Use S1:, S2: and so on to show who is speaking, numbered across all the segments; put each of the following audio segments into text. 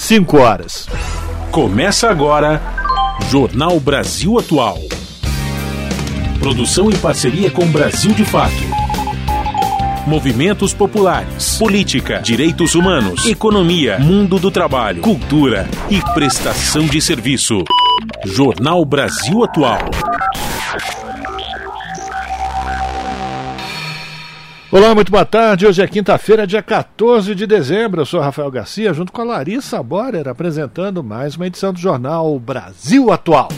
S1: 5 horas.
S2: Começa agora, Jornal Brasil Atual. Produção em parceria com Brasil de Fato. Movimentos populares, política, direitos humanos, economia, mundo do trabalho, cultura e prestação de serviço. Jornal Brasil Atual.
S1: Olá, muito boa tarde. Hoje é quinta-feira, dia 14 de dezembro. Eu sou Rafael Garcia, junto com a Larissa Borer, apresentando mais uma edição do Jornal Brasil Atual.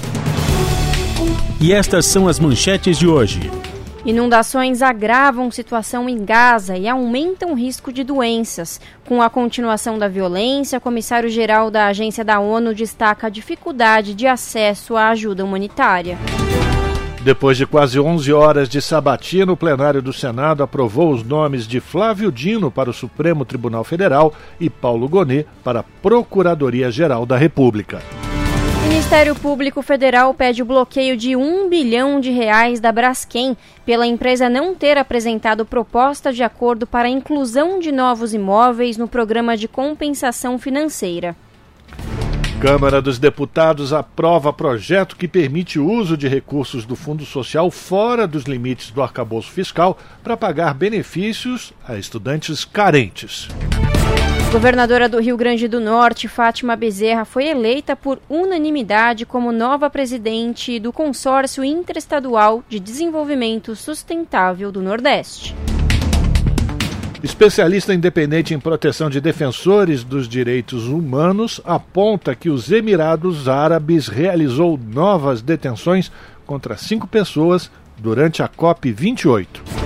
S2: E estas são as manchetes de hoje.
S3: Inundações agravam situação em Gaza e aumentam o risco de doenças. Com a continuação da violência, o comissário-geral da Agência da ONU destaca a dificuldade de acesso à ajuda humanitária.
S1: Depois de quase 11 horas de sabatina, o plenário do Senado aprovou os nomes de Flávio Dino para o Supremo Tribunal Federal e Paulo Gonet para a Procuradoria-Geral da República.
S3: O Ministério Público Federal pede o bloqueio de R$1 bilhão da Braskem pela empresa não ter apresentado proposta de acordo para a inclusão de novos imóveis no programa de compensação financeira.
S1: Câmara dos Deputados aprova projeto que permite o uso de recursos do Fundo Social fora dos limites do arcabouço fiscal para pagar benefícios a estudantes carentes.
S3: Governadora do Rio Grande do Norte, Fátima Bezerra, foi eleita por unanimidade como nova presidente do Consórcio Interestadual de Desenvolvimento Sustentável do Nordeste.
S1: Especialista independente em proteção de defensores dos direitos humanos aponta que os Emirados Árabes realizou novas detenções contra 5 pessoas durante a COP28.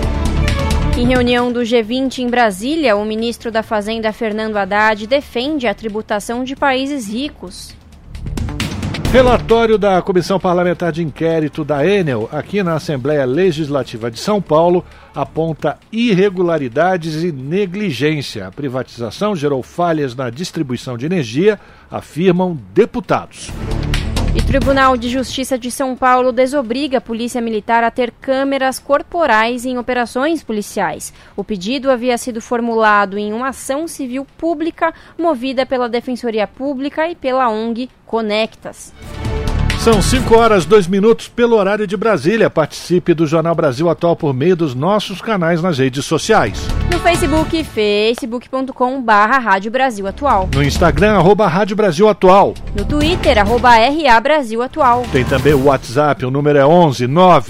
S3: Em reunião do G20 em Brasília, o ministro da Fazenda, Fernando Haddad, defende a tributação de países ricos.
S1: Relatório da Comissão Parlamentar de Inquérito da Enel, aqui na Assembleia Legislativa de São Paulo, aponta irregularidades e negligência. A privatização gerou falhas na distribuição de energia, afirmam deputados.
S3: E o Tribunal de Justiça de São Paulo desobriga a Polícia Militar a ter câmeras corporais em operações policiais. O pedido havia sido formulado em uma ação civil pública movida pela Defensoria Pública e pela ONG Conectas.
S1: São 5 horas, 2 minutos pelo horário de Brasília. Participe do Jornal Brasil Atual por meio dos nossos canais nas redes sociais.
S3: No Facebook, facebook.com/Rádio Brasil Atual.
S1: No Instagram, @Rádio Brasil Atual.
S3: No Twitter, @RA Brasil Atual.
S1: Tem também o WhatsApp, o número é 11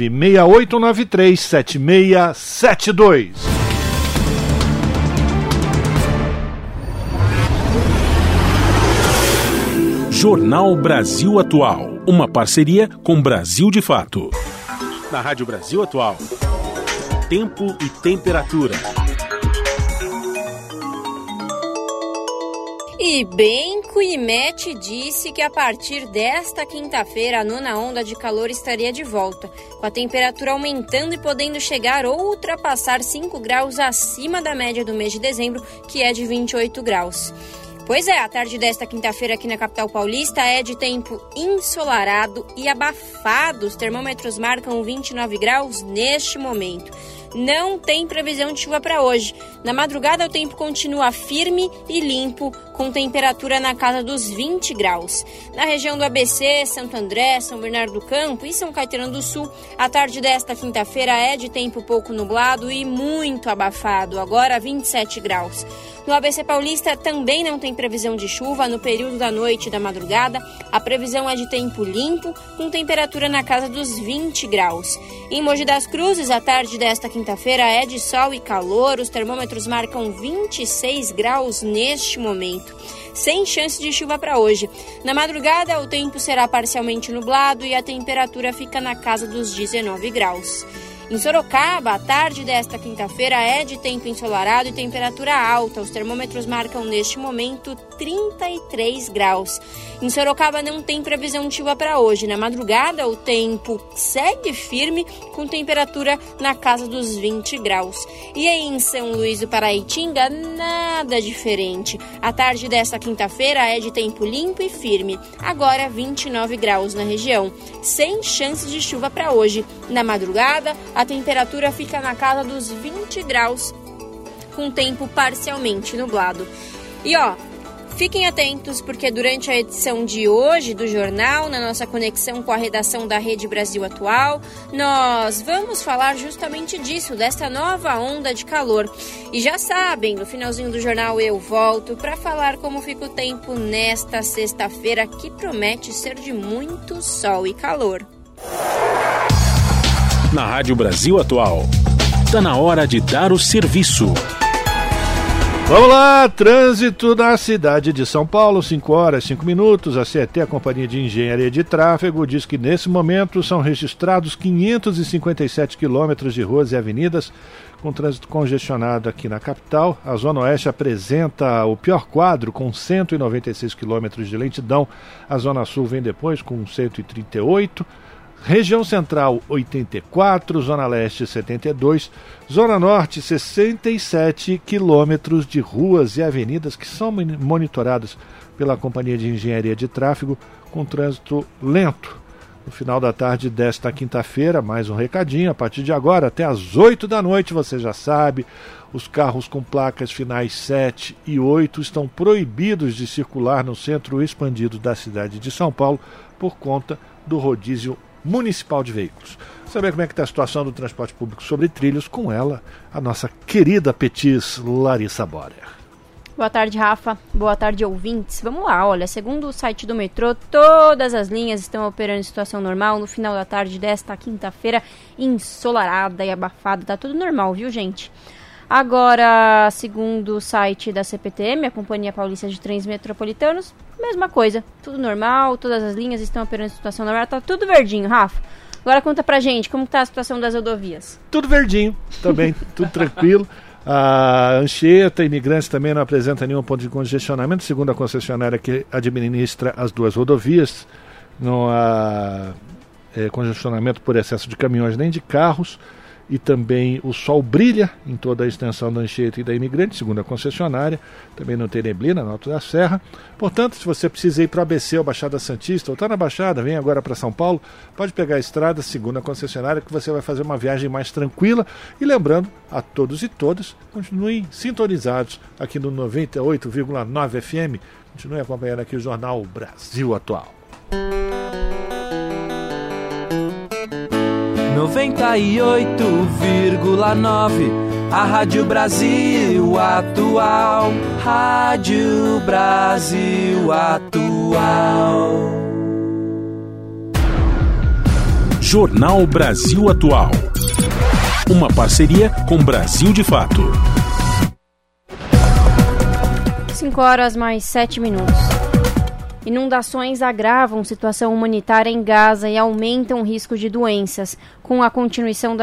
S1: 96893 7672.
S2: Jornal Brasil Atual, uma parceria com Brasil de Fato. Na Rádio Brasil Atual, tempo e temperatura.
S3: E bem, Cuimete disse que a partir desta quinta-feira a nona onda de calor estaria de volta, com a temperatura aumentando e podendo chegar ou ultrapassar 5 graus acima da média do mês de dezembro, que é de 28 graus. Pois é, a tarde desta quinta-feira aqui na capital paulista é de tempo ensolarado e abafado. Os termômetros marcam 29 graus neste momento. Não tem previsão de chuva para hoje. Na madrugada o tempo continua firme e limpo, com temperatura na casa dos 20 graus. Na região do ABC, Santo André, São Bernardo do Campo e São Caetano do Sul, a tarde desta quinta-feira é de tempo pouco nublado e muito abafado, agora 27 graus. No ABC Paulista também não tem previsão de chuva no período da noite e da madrugada. A previsão é de tempo limpo, com temperatura na casa dos 20 graus. Em Mogi das Cruzes, a tarde desta quinta-feira é de sol e calor. Os termômetros marcam 26 graus neste momento, sem chance de chuva para hoje. Na madrugada, o tempo será parcialmente nublado e a temperatura fica na casa dos 19 graus. Em Sorocaba, a tarde desta quinta-feira é de tempo ensolarado e temperatura alta. Os termômetros marcam neste momento 33 graus. Em Sorocaba não tem previsão de chuva para hoje. Na madrugada, o tempo segue firme, com temperatura na casa dos 20 graus. E aí em São Luís do Paraitinga, nada diferente. A tarde desta quinta-feira é de tempo limpo e firme. Agora 29 graus na região, sem chance de chuva para hoje. Na madrugada, a temperatura fica na casa dos 20 graus, com tempo parcialmente nublado. E Fiquem atentos, porque durante a edição de hoje do jornal, na nossa conexão com a redação da Rede Brasil Atual, nós vamos falar justamente disso, desta nova onda de calor. E já sabem, no finalzinho do jornal eu volto para falar como fica o tempo nesta sexta-feira, que promete ser de muito sol e calor.
S2: Na Rádio Brasil Atual, está na hora de dar o serviço.
S1: Vamos lá, trânsito na cidade de São Paulo, 5h05. A CET, a Companhia de Engenharia de Tráfego, diz que nesse momento são registrados 557 quilômetros de ruas e avenidas com trânsito congestionado aqui na capital. A Zona Oeste apresenta o pior quadro, com 196 quilômetros de lentidão. A Zona Sul vem depois com 138. Região Central, 84, Zona Leste, 72, Zona Norte, 67 quilômetros de ruas e avenidas que são monitoradas pela Companhia de Engenharia de Tráfego com trânsito lento. No final da tarde desta quinta-feira, mais um recadinho, a partir de agora até às 8 da noite, você já sabe, os carros com placas finais 7 e 8 estão proibidos de circular no centro expandido da cidade de São Paulo por conta do rodízio municipal de veículos. Saber como é que está a situação do transporte público sobre trilhos, com ela, a nossa querida Petis Larissa Borer.
S4: Boa tarde, Rafa. Boa tarde, ouvintes. Vamos lá, olha, segundo o site do metrô, todas as linhas estão operando em situação normal no final da tarde desta quinta-feira, ensolarada e abafada. Tá tudo normal, viu, gente? Agora, segundo o site da CPTM, a Companhia Paulista de Trens Metropolitanos, mesma coisa, tudo normal, todas as linhas estão operando em situação normal, tá tudo verdinho, Rafa. Agora conta pra gente, como tá a situação das rodovias?
S1: Tudo verdinho, também, tudo tranquilo. A Anchieta, Imigrantes também não apresenta nenhum ponto de congestionamento, segundo a concessionária que administra as duas rodovias. Não há congestionamento por excesso de caminhões nem de carros. E também o sol brilha em toda a extensão da Anchieta e da Imigrante, segundo a concessionária. Também não tem neblina na Alto da Serra. Portanto, se você precisa ir para o ABC ou Baixada Santista, ou está na Baixada, vem agora para São Paulo, pode pegar a estrada, segundo a concessionária, que você vai fazer uma viagem mais tranquila. E lembrando a todos e todas, continuem sintonizados aqui no 98,9 FM. Continue acompanhando aqui o Jornal Brasil Atual.
S5: 98,9, a Rádio Brasil Atual, Rádio Brasil Atual.
S2: Jornal Brasil Atual, uma parceria com Brasil de Fato.
S4: 5h mais 7. Inundações agravam situação humanitária em Gaza e aumentam o risco de doenças. Com a continuação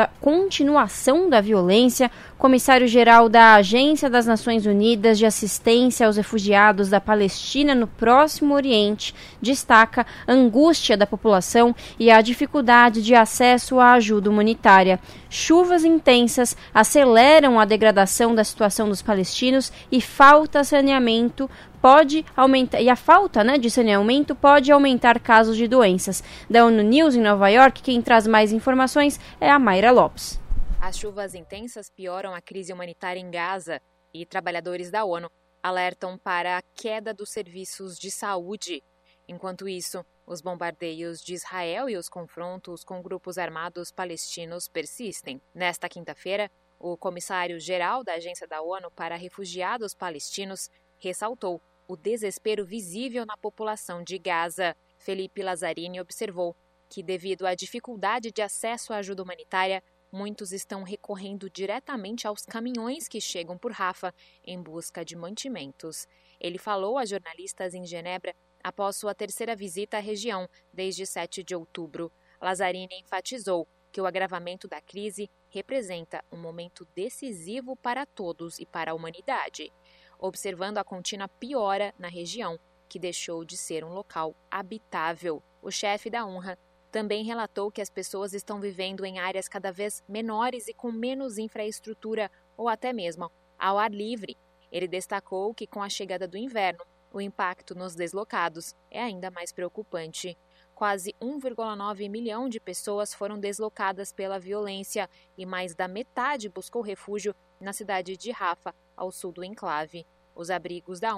S4: da violência, o comissário-geral da Agência das Nações Unidas de Assistência aos Refugiados da Palestina no Próximo Oriente destaca a angústia da população e a dificuldade de acesso à ajuda humanitária. Chuvas intensas aceleram a degradação da situação dos palestinos e falta saneamento pode aumentar, e a falta de saneamento pode aumentar casos de doenças. Da ONU News em Nova York, quem traz mais informações é a Mayra Lopes.
S6: As chuvas intensas pioram a crise humanitária em Gaza e trabalhadores da ONU alertam para a queda dos serviços de saúde. Enquanto isso, os bombardeios de Israel e os confrontos com grupos armados palestinos persistem. Nesta quinta-feira, o comissário-geral da Agência da ONU para Refugiados Palestinos ressaltou o desespero visível na população de Gaza. Felipe Lazzarini observou que, devido à dificuldade de acesso à ajuda humanitária, muitos estão recorrendo diretamente aos caminhões que chegam por Rafa em busca de mantimentos. Ele falou a jornalistas em Genebra após sua terceira visita à região desde 7 de outubro. Lazzarini enfatizou que o agravamento da crise representa um momento decisivo para todos e para a humanidade, observando a contínua piora na região, que deixou de ser um local habitável. O chefe da UNRWA também relatou que as pessoas estão vivendo em áreas cada vez menores e com menos infraestrutura ou até mesmo ao ar livre. Ele destacou que, com a chegada do inverno, o impacto nos deslocados é ainda mais preocupante. Quase 1,9 milhão de pessoas foram deslocadas pela violência e mais da metade buscou refúgio na cidade de Rafa, ao sul do enclave. Os abrigos da UNRWA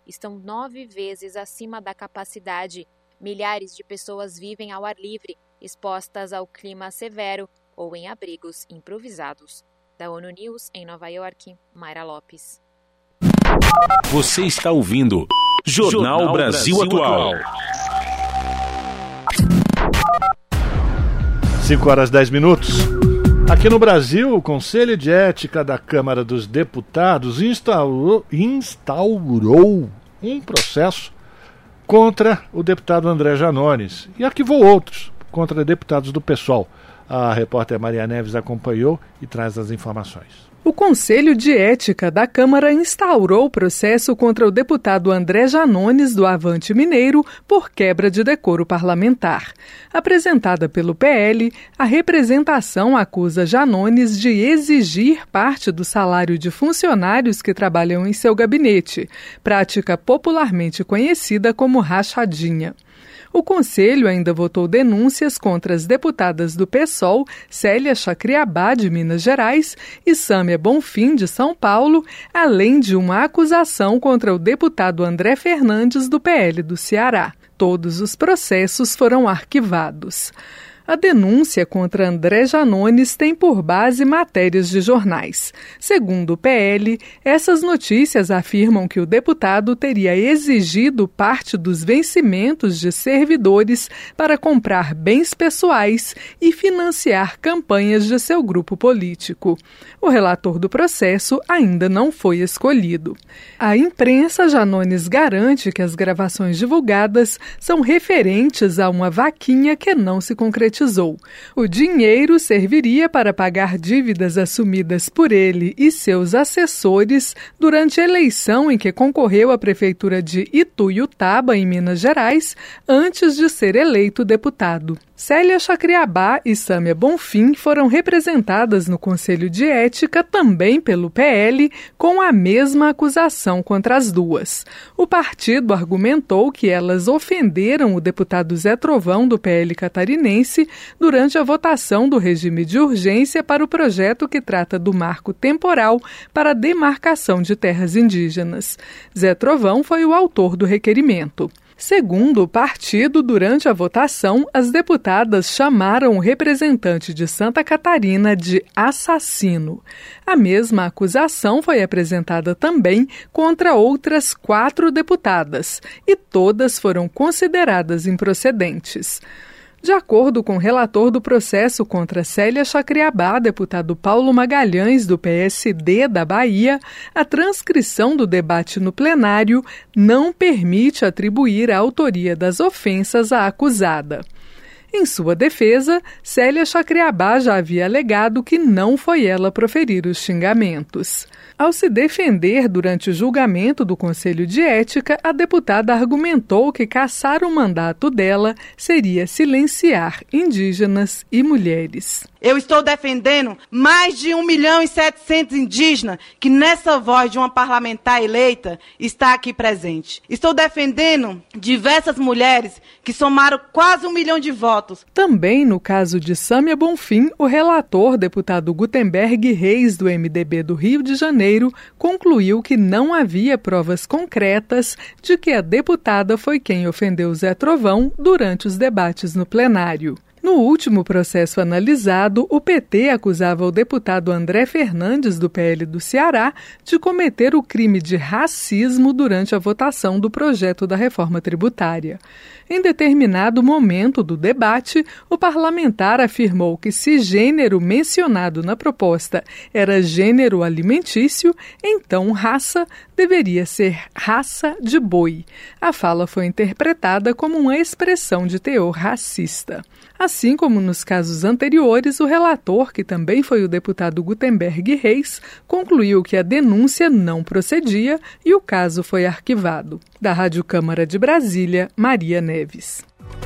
S6: estão 9 vezes acima da capacidade. Milhares de pessoas vivem ao ar livre, expostas ao clima severo ou em abrigos improvisados. Da ONU News, em Nova York, Mayra Lopes.
S2: Você está ouvindo Jornal Brasil Atual.
S1: 5h10. Aqui no Brasil, o Conselho de Ética da Câmara dos Deputados instaurou um processo contra o deputado André Janones e arquivou outros contra deputados do PSOL. A repórter Maria Neves acompanhou e traz as informações.
S7: O Conselho de Ética da Câmara instaurou o processo contra o deputado André Janones, do Avante Mineiro, por quebra de decoro parlamentar. Apresentada pelo PL, a representação acusa Janones de exigir parte do salário de funcionários que trabalham em seu gabinete, prática popularmente conhecida como rachadinha. O Conselho ainda votou denúncias contra as deputadas do PSOL, Célia Chacriabá, de Minas Gerais, e Sâmia Bonfim, de São Paulo, além de uma acusação contra o deputado André Fernandes, do PL do Ceará. Todos os processos foram arquivados. A denúncia contra André Janones tem por base matérias de jornais. Segundo o PL, essas notícias afirmam que o deputado teria exigido parte dos vencimentos de servidores para comprar bens pessoais e financiar campanhas de seu grupo político. O relator do processo ainda não foi escolhido. A imprensa Janones garante que as gravações divulgadas são referentes a uma vaquinha que não se concretizou. O dinheiro serviria para pagar dívidas assumidas por ele e seus assessores durante a eleição em que concorreu à prefeitura de Ituiutaba, em Minas Gerais, antes de ser eleito deputado. Célia Chacriabá e Sâmia Bonfim foram representadas no Conselho de Ética também pelo PL, com a mesma acusação contra as duas. O partido argumentou que elas ofenderam o deputado Zé Trovão, do PL catarinense, durante a votação do regime de urgência para o projeto que trata do marco temporal para a demarcação de terras indígenas. Zé Trovão foi o autor do requerimento. Segundo o partido, durante a votação, as deputadas chamaram o representante de Santa Catarina de assassino. A mesma acusação foi apresentada também contra outras 4 deputadas, e todas foram consideradas improcedentes. De acordo com o relator do processo contra Célia Chacriabá, deputado Paulo Magalhães, do PSD da Bahia, a transcrição do debate no plenário não permite atribuir a autoria das ofensas à acusada. Em sua defesa, Célia Chacriabá já havia alegado que não foi ela proferir os xingamentos. Ao se defender durante o julgamento do Conselho de Ética, a deputada argumentou que cassar o mandato dela seria silenciar indígenas e mulheres.
S8: Eu estou defendendo mais de 1.700.000 indígenas que nessa voz de uma parlamentar eleita está aqui presente. Estou defendendo diversas mulheres que somaram quase 1 milhão de votos.
S7: Também no caso de Sâmia Bonfim, o relator, deputado Gutenberg Reis, do MDB do Rio de Janeiro, concluiu que não havia provas concretas de que a deputada foi quem ofendeu Zé Trovão durante os debates no plenário. No último processo analisado, o PT acusava o deputado André Fernandes, do PL do Ceará, de cometer o crime de racismo durante a votação do projeto da reforma tributária. Em determinado momento do debate, o parlamentar afirmou que se gênero mencionado na proposta era gênero alimentício, então raça deveria ser raça de boi. A fala foi interpretada como uma expressão de teor racista. Assim como nos casos anteriores, o relator, que também foi o deputado Gutenberg Reis, concluiu que a denúncia não procedia e o caso foi arquivado. Da Rádio Câmara de Brasília, Maria Neves.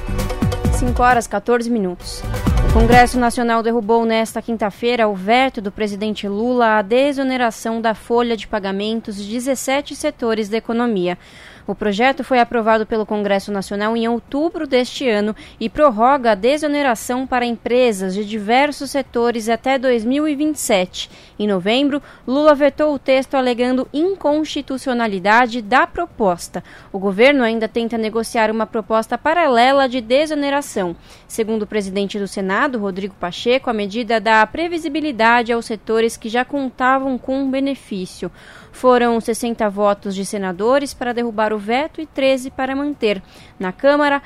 S4: 5h14. O Congresso Nacional derrubou nesta quinta-feira o veto do presidente Lula à desoneração da folha de pagamentos de 17 setores da economia. O projeto foi aprovado pelo Congresso Nacional em outubro deste ano e prorroga a desoneração para empresas de diversos setores até 2027. Em novembro, Lula vetou o texto alegando inconstitucionalidade da proposta. O governo ainda tenta negociar uma proposta paralela de desoneração. Segundo o presidente do Senado, Rodrigo Pacheco, a medida dá previsibilidade aos setores que já contavam com um benefício. Foram 60 votos de senadores para derrubar o veto e 13 para manter. Na Câmara,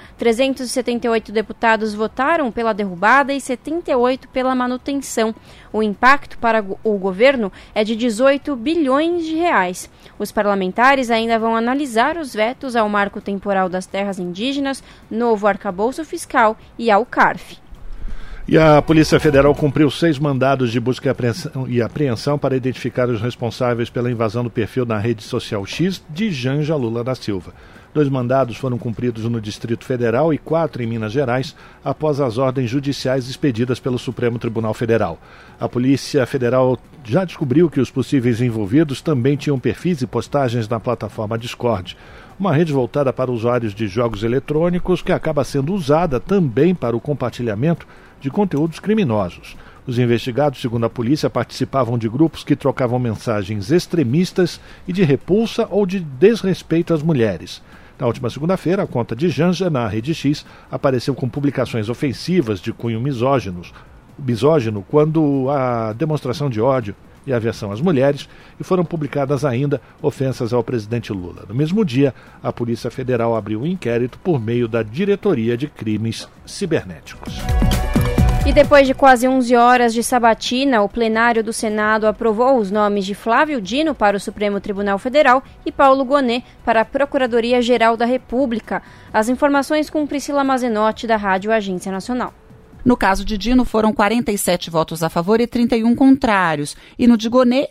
S4: 378 deputados votaram pela derrubada e 78 pela manutenção. O impacto para o governo é de 18 bilhões de reais. Os parlamentares ainda vão analisar os vetos ao Marco Temporal das Terras Indígenas, novo arcabouço fiscal e ao CARF.
S1: E a Polícia Federal cumpriu 6 mandados de busca e apreensão para identificar os responsáveis pela invasão do perfil na rede social X de Janja Lula da Silva. 2 mandados foram cumpridos no Distrito Federal e 4 em Minas Gerais, após as ordens judiciais expedidas pelo Supremo Tribunal Federal. A Polícia Federal já descobriu que os possíveis envolvidos também tinham perfis e postagens na plataforma Discord, uma rede voltada para usuários de jogos eletrônicos que acaba sendo usada também para o compartilhamento de conteúdos criminosos. Os investigados, segundo a polícia, participavam de grupos que trocavam mensagens extremistas e de repulsa ou de desrespeito às mulheres. Na última segunda-feira, a conta de Janja, na Rede X, apareceu com publicações ofensivas de cunho misógino quando a demonstração de ódio e aversão às mulheres, e foram publicadas ainda ofensas ao presidente Lula. No mesmo dia, a Polícia Federal abriu um inquérito por meio da Diretoria de Crimes Cibernéticos.
S4: E depois de quase 11 horas de sabatina, o plenário do Senado aprovou os nomes de Flávio Dino para o Supremo Tribunal Federal e Paulo Gonet para a Procuradoria-Geral da República. As informações com Priscila Mazenotti, da Rádio Agência Nacional.
S9: No caso de Dino, foram 47 votos a favor e 31 contrários. E no de Gonet,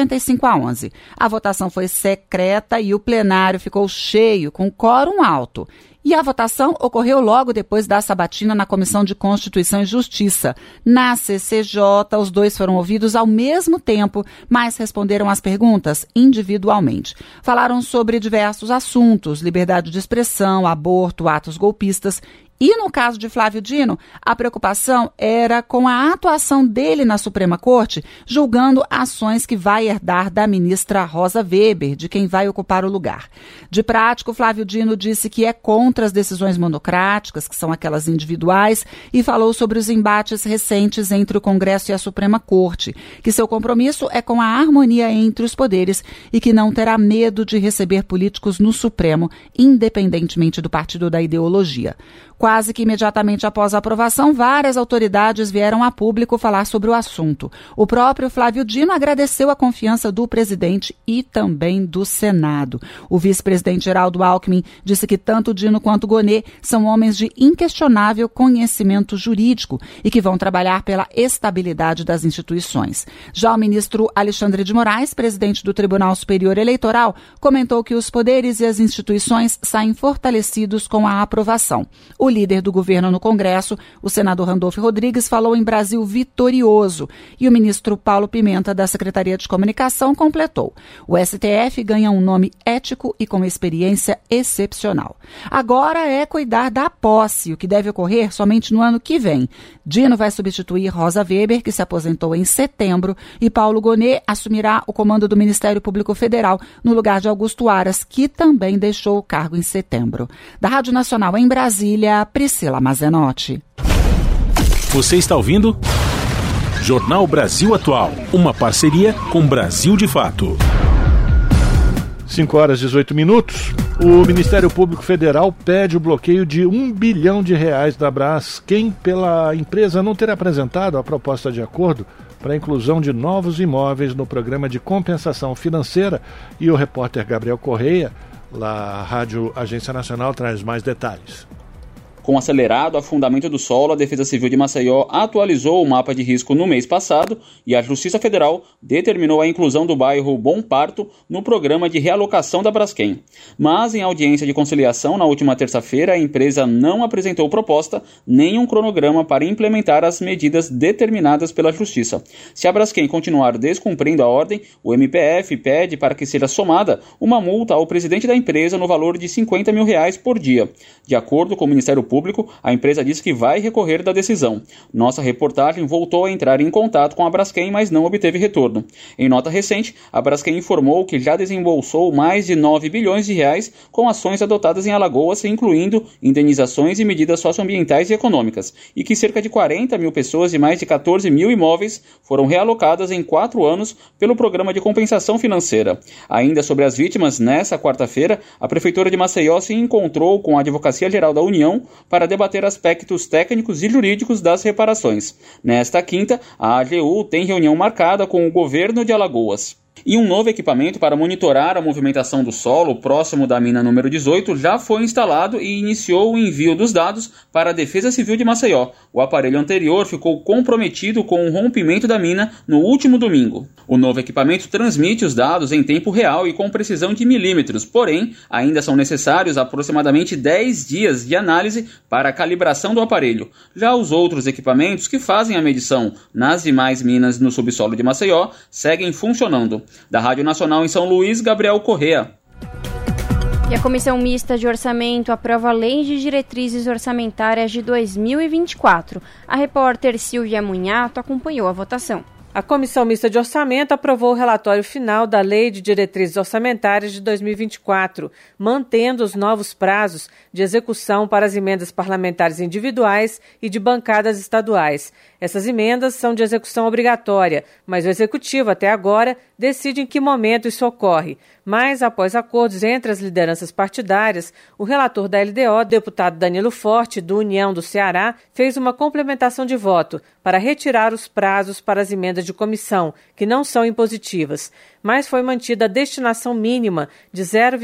S9: 65-11. A votação foi secreta e o plenário ficou cheio, com quórum alto. E a votação ocorreu logo depois da sabatina na Comissão de Constituição e Justiça. Na CCJ, os 2 foram ouvidos ao mesmo tempo, mas responderam às perguntas individualmente. Falaram sobre diversos assuntos: liberdade de expressão, aborto, atos golpistas. E no caso de Flávio Dino, a preocupação era com a atuação dele na Suprema Corte, julgando ações que vai herdar da ministra Rosa Weber, de quem vai ocupar o lugar. De prático, Flávio Dino disse que é contra as decisões monocráticas, que são aquelas individuais, e falou sobre os embates recentes entre o Congresso e a Suprema Corte, que seu compromisso é com a harmonia entre os poderes e que não terá medo de receber políticos no Supremo, independentemente do partido ou da ideologia. Quase que imediatamente após a aprovação, várias autoridades vieram a público falar sobre o assunto. O próprio Flávio Dino agradeceu a confiança do presidente e também do Senado. O vice-presidente Geraldo Alckmin disse que tanto Dino quanto Gonet são homens de inquestionável conhecimento jurídico e que vão trabalhar pela estabilidade das instituições. Já o ministro Alexandre de Moraes, presidente do Tribunal Superior Eleitoral, comentou que os poderes e as instituições saem fortalecidos com a aprovação. O líder do governo no Congresso, o senador Randolfo Rodrigues, falou em Brasil vitorioso. E o ministro Paulo Pimenta, da Secretaria de Comunicação, completou: o STF ganha um nome ético e com experiência excepcional. Agora é cuidar da posse, o que deve ocorrer somente no ano que vem. Dino vai substituir Rosa Weber, que se aposentou em setembro, e Paulo Gonet assumirá o comando do Ministério Público Federal, no lugar de Augusto Aras, que também deixou o cargo em setembro. Da Rádio Nacional em Brasília, Priscila Mazenotti.
S2: Você está ouvindo Jornal Brasil Atual, uma parceria com Brasil de Fato.
S1: 5 horas e 18 minutos. O Ministério Público Federal pede o bloqueio de R$1 bilhão da Braskem pela empresa não ter apresentado a proposta de acordo para a inclusão de novos imóveis no programa de compensação financeira. E o repórter Gabriel Correia, da Rádio Agência Nacional, traz mais detalhes.
S10: Com o acelerado afundamento do solo, a Defesa Civil de Maceió atualizou o mapa de risco no mês passado e a Justiça Federal determinou a inclusão do bairro Bom Parto no programa de realocação da Braskem. Mas, em audiência de conciliação na última terça-feira, a empresa não apresentou proposta nem um cronograma para implementar as medidas determinadas pela Justiça. Se a Braskem continuar descumprindo a ordem, o MPF pede para que seja somada uma multa ao presidente da empresa no valor de R$50 mil por dia. De acordo com o Ministério Público, a empresa disse que vai recorrer da decisão. Nossa reportagem voltou a entrar em contato com a Braskem, mas não obteve retorno. Em nota recente, a Braskem informou que já desembolsou mais de R$9 bilhões com ações adotadas em Alagoas, incluindo indenizações e medidas socioambientais e econômicas, e que cerca de 40 mil pessoas e mais de 14 mil imóveis foram realocadas em 4 anos pelo Programa de Compensação Financeira. Ainda sobre as vítimas, nessa quarta-feira, a Prefeitura de Maceió se encontrou com a Advocacia Geral da União para debater aspectos técnicos e jurídicos das reparações. Nesta quinta, a AGU tem reunião marcada com o governo de Alagoas. E um novo equipamento para monitorar a movimentação do solo próximo da mina número 18 já foi instalado e iniciou o envio dos dados para a Defesa Civil de Maceió. O aparelho anterior ficou comprometido com o rompimento da mina no último domingo. O novo equipamento transmite os dados em tempo real e com precisão de milímetros, porém, ainda são necessários aproximadamente 10 dias de análise para a calibração do aparelho. Já os outros equipamentos que fazem a medição nas demais minas no subsolo de Maceió seguem funcionando. Da Rádio Nacional em São Luís, Gabriel Correa.
S4: E a Comissão Mista de Orçamento aprova a Lei de Diretrizes Orçamentárias de 2024. A repórter Silvia Munhato acompanhou a votação.
S11: A Comissão Mista de Orçamento aprovou o relatório final da Lei de Diretrizes Orçamentárias de 2024, mantendo os novos prazos de execução para as emendas parlamentares individuais e de bancadas estaduais. Essas emendas são de execução obrigatória, mas o Executivo, até agora, decide em que momento isso ocorre. Mas, após acordos entre as lideranças partidárias, o relator da LDO, deputado Danilo Forte, do União do Ceará, fez uma complementação de voto para retirar os prazos para as emendas de comissão, que não são impositivas. Mas foi mantida a destinação mínima de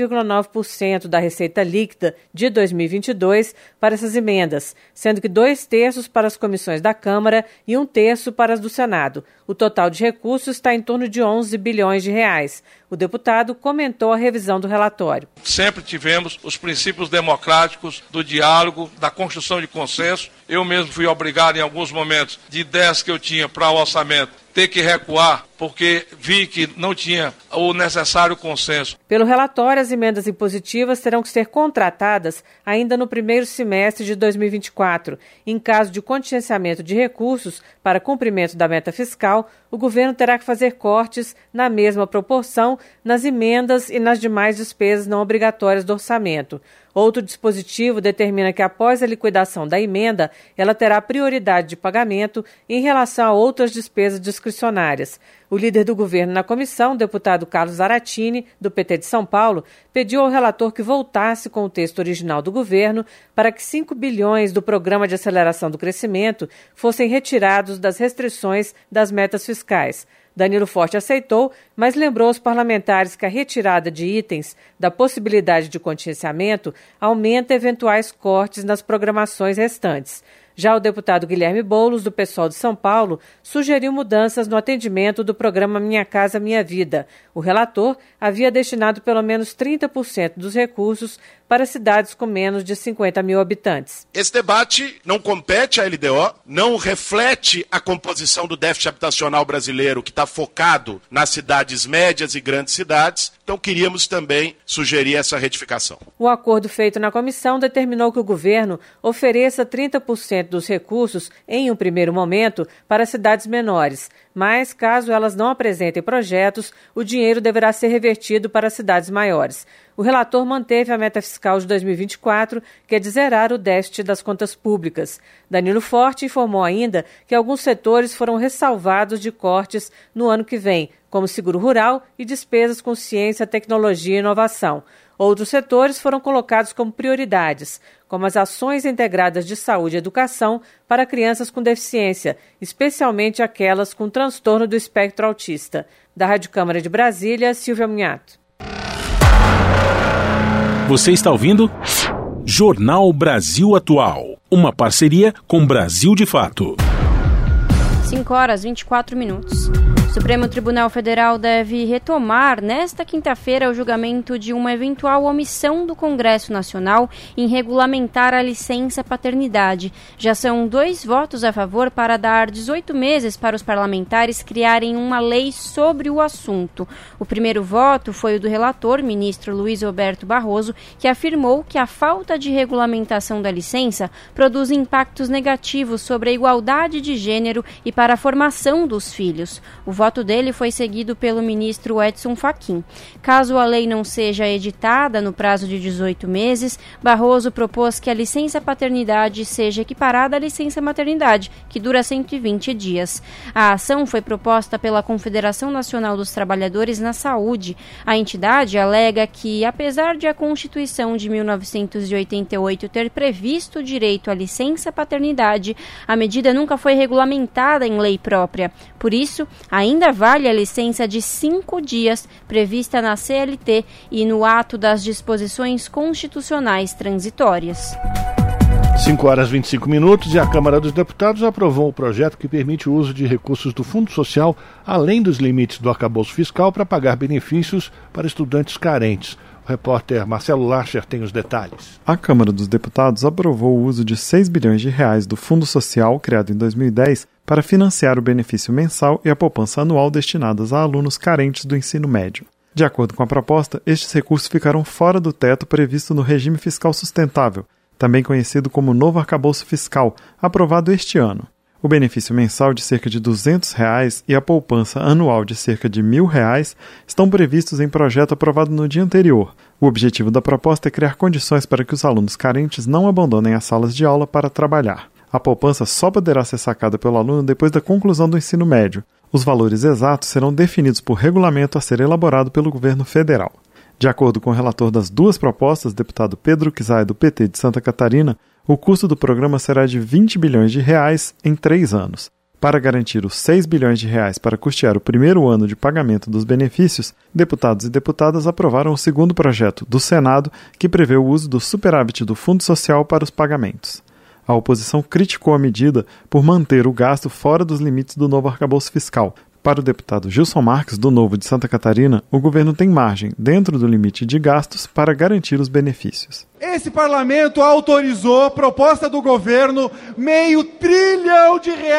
S11: 0,9% da receita líquida de 2022 para essas emendas, sendo que 2/3 para as comissões da Câmara e 1/3 para as do Senado. O total de recursos está em torno de 11 bilhões de reais. O deputado comentou a revisão do relatório.
S12: Sempre tivemos os princípios democráticos do diálogo, da construção de consenso. Eu mesmo fui obrigado em alguns momentos de ideias que eu tinha para o orçamento ter que recuar, porque vi que não tinha o necessário consenso.
S11: Pelo relatório, as emendas impositivas terão que ser contratadas ainda no primeiro semestre de 2024. Em caso de contingenciamento de recursos para cumprimento da meta fiscal, o governo terá que fazer cortes na mesma proporção nas emendas e nas demais despesas não obrigatórias do orçamento. Outro dispositivo determina que, após a liquidação da emenda, ela terá prioridade de pagamento em relação a outras despesas discricionárias. O líder do governo na comissão, o deputado Carlos Zaratini, do PT de São Paulo, pediu ao relator que voltasse com o texto original do governo para que 5 bilhões do Programa de Aceleração do Crescimento fossem retirados das restrições das metas fiscais. Danilo Forte aceitou, mas lembrou aos parlamentares que a retirada de itens da possibilidade de contingenciamento aumenta eventuais cortes nas programações restantes. Já o deputado Guilherme Boulos, do PSOL de São Paulo, sugeriu mudanças no atendimento do programa Minha Casa Minha Vida. O relator havia destinado pelo menos 30% dos recursos para cidades com menos de 50 mil habitantes.
S13: Esse debate não compete à LDO, não reflete a composição do déficit habitacional brasileiro, que está focado nas cidades médias e grandes cidades. Então, queríamos também sugerir essa retificação.
S11: O acordo feito na comissão determinou que o governo ofereça 30% dos recursos, em um primeiro momento, para cidades menores. Mas, caso elas não apresentem projetos, o dinheiro deverá ser revertido para cidades maiores. O relator manteve a meta fiscal de 2024, que é de zerar o déficit das contas públicas. Danilo Forte informou ainda que alguns setores foram ressalvados de cortes no ano que vem, como seguro rural e despesas com ciência, tecnologia e inovação. Outros setores foram colocados como prioridades, como as ações integradas de saúde e educação para crianças com deficiência, especialmente aquelas com transtorno do espectro autista. Da Rádio Câmara de Brasília, Silvia Munhato.
S2: Você está ouvindo Jornal Brasil Atual, uma parceria com Brasil de Fato.
S4: 5h24. O Supremo Tribunal Federal deve retomar nesta quinta-feira o julgamento de uma eventual omissão do Congresso Nacional em regulamentar a licença paternidade. Já são 2 votos a favor para dar 18 meses para os parlamentares criarem uma lei sobre o assunto. O primeiro voto foi o do relator, ministro Luiz Roberto Barroso, que afirmou que a falta de regulamentação da licença produz impactos negativos sobre a igualdade de gênero e para a formação dos filhos. O voto dele foi seguido pelo ministro Edson Fachin. Caso a lei não seja editada no prazo de 18 meses, Barroso propôs que a licença paternidade seja equiparada à licença maternidade, que dura 120 dias. A ação foi proposta pela Confederação Nacional dos Trabalhadores na Saúde. A entidade alega que, apesar de a Constituição de 1988 ter previsto o direito à licença paternidade, a medida nunca foi regulamentada em lei própria. Por isso, ainda vale a licença de 5 dias prevista na CLT e no ato das disposições constitucionais transitórias.
S1: 5h25 e a Câmara dos Deputados aprovou um projeto que permite o uso de recursos do Fundo Social além dos limites do arcabouço fiscal para pagar benefícios para estudantes carentes. O repórter Marcelo Larcher tem os detalhes.
S14: A Câmara dos Deputados aprovou o uso de R$6 bilhões do Fundo Social, criado em 2010, para financiar o benefício mensal e a poupança anual destinadas a alunos carentes do ensino médio. De acordo com a proposta, estes recursos ficarão fora do teto previsto no Regime Fiscal Sustentável, também conhecido como Novo Arcabouço Fiscal, aprovado este ano. O benefício mensal de cerca de R$200 e a poupança anual de cerca de R$1.000 estão previstos em projeto aprovado no dia anterior. O objetivo da proposta é criar condições para que os alunos carentes não abandonem as salas de aula para trabalhar. A poupança só poderá ser sacada pelo aluno depois da conclusão do ensino médio. Os valores exatos serão definidos por regulamento a ser elaborado pelo governo federal. De acordo com o relator das 2 propostas, deputado Pedro Kizai, do PT de Santa Catarina, o custo do programa será de R$20 bilhões em 3 anos. Para garantir os R$6 bilhões para custear o primeiro ano de pagamento dos benefícios, deputados e deputadas aprovaram o segundo projeto do Senado, que prevê o uso do superávit do Fundo Social para os pagamentos. A oposição criticou a medida por manter o gasto fora dos limites do novo arcabouço fiscal. Para o deputado Gilson Marques, do Novo de Santa Catarina, o governo tem margem, dentro do limite de gastos, para garantir os benefícios.
S15: Esse parlamento autorizou, proposta do governo, R$500 bilhão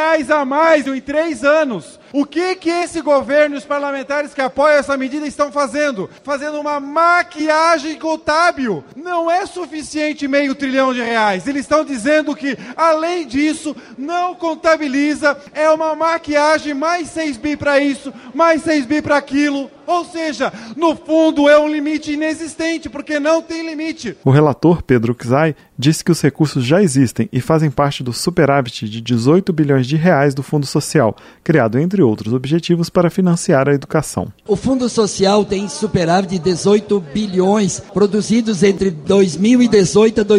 S15: a mais em 3 anos. O que esse governo e os parlamentares que apoiam essa medida estão fazendo? Fazendo uma maquiagem contábil. Não é suficiente R$500 bilhão. Eles estão dizendo que, além disso, não contabiliza, é uma maquiagem, mais 6 bi para isso, mais 6 bi para aquilo. Ou seja, no fundo é um limite inexistente, porque não tem limite.
S14: O relator Pedro Kizai disse que os recursos já existem e fazem parte do superávit de R$18 bilhões do Fundo Social, criado entre outros objetivos para financiar a educação.
S16: O Fundo Social tem superávit de 18 bilhões produzidos entre 2018 a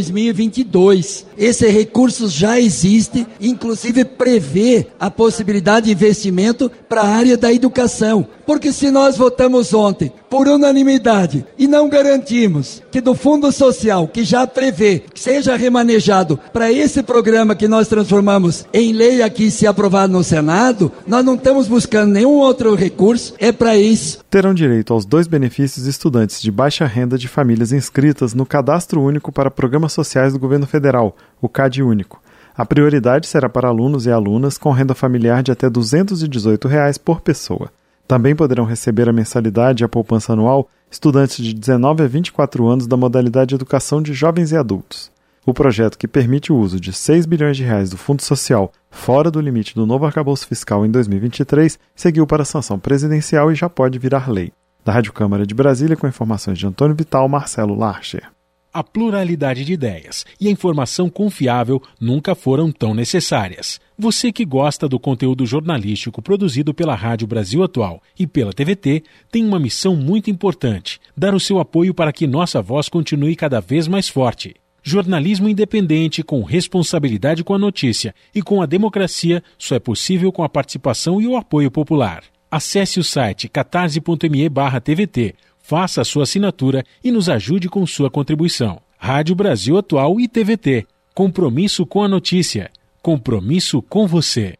S16: 2022. Esse recurso já existe, inclusive prevê a possibilidade de investimento para a área da educação. Porque se nós votamos ontem por unanimidade e não garantimos que do Fundo Social, que já prevê que seja remanejado para esse programa que nós transformamos em lei aqui se aprovado no Senado, nós não estamos buscando nenhum outro recurso, é para isso.
S14: Terão direito aos 2 benefícios estudantes de baixa renda de famílias inscritas no Cadastro Único para Programas Sociais do Governo Federal, o CadÚnico. A prioridade será para alunos e alunas com renda familiar de até R$ 218 por pessoa. Também poderão receber a mensalidade e a poupança anual estudantes de 19 a 24 anos da modalidade Educação de Jovens e Adultos. O projeto, que permite o uso de R$6 bilhões do Fundo Social fora do limite do novo arcabouço fiscal em 2023, seguiu para a sanção presidencial e já pode virar lei. Da Rádio Câmara de Brasília, com informações de Antônio Vital, Marcelo Larcher.
S2: A pluralidade de ideias e a informação confiável nunca foram tão necessárias. Você que gosta do conteúdo jornalístico produzido pela Rádio Brasil Atual e pela TVT tem uma missão muito importante: dar o seu apoio para que nossa voz continue cada vez mais forte. Jornalismo independente, com responsabilidade com a notícia e com a democracia, só é possível com a participação e o apoio popular. Acesse o site catarse.me/TVT, faça a sua assinatura e nos ajude com sua contribuição. Rádio Brasil Atual e TVT. Compromisso com a notícia. Compromisso com você.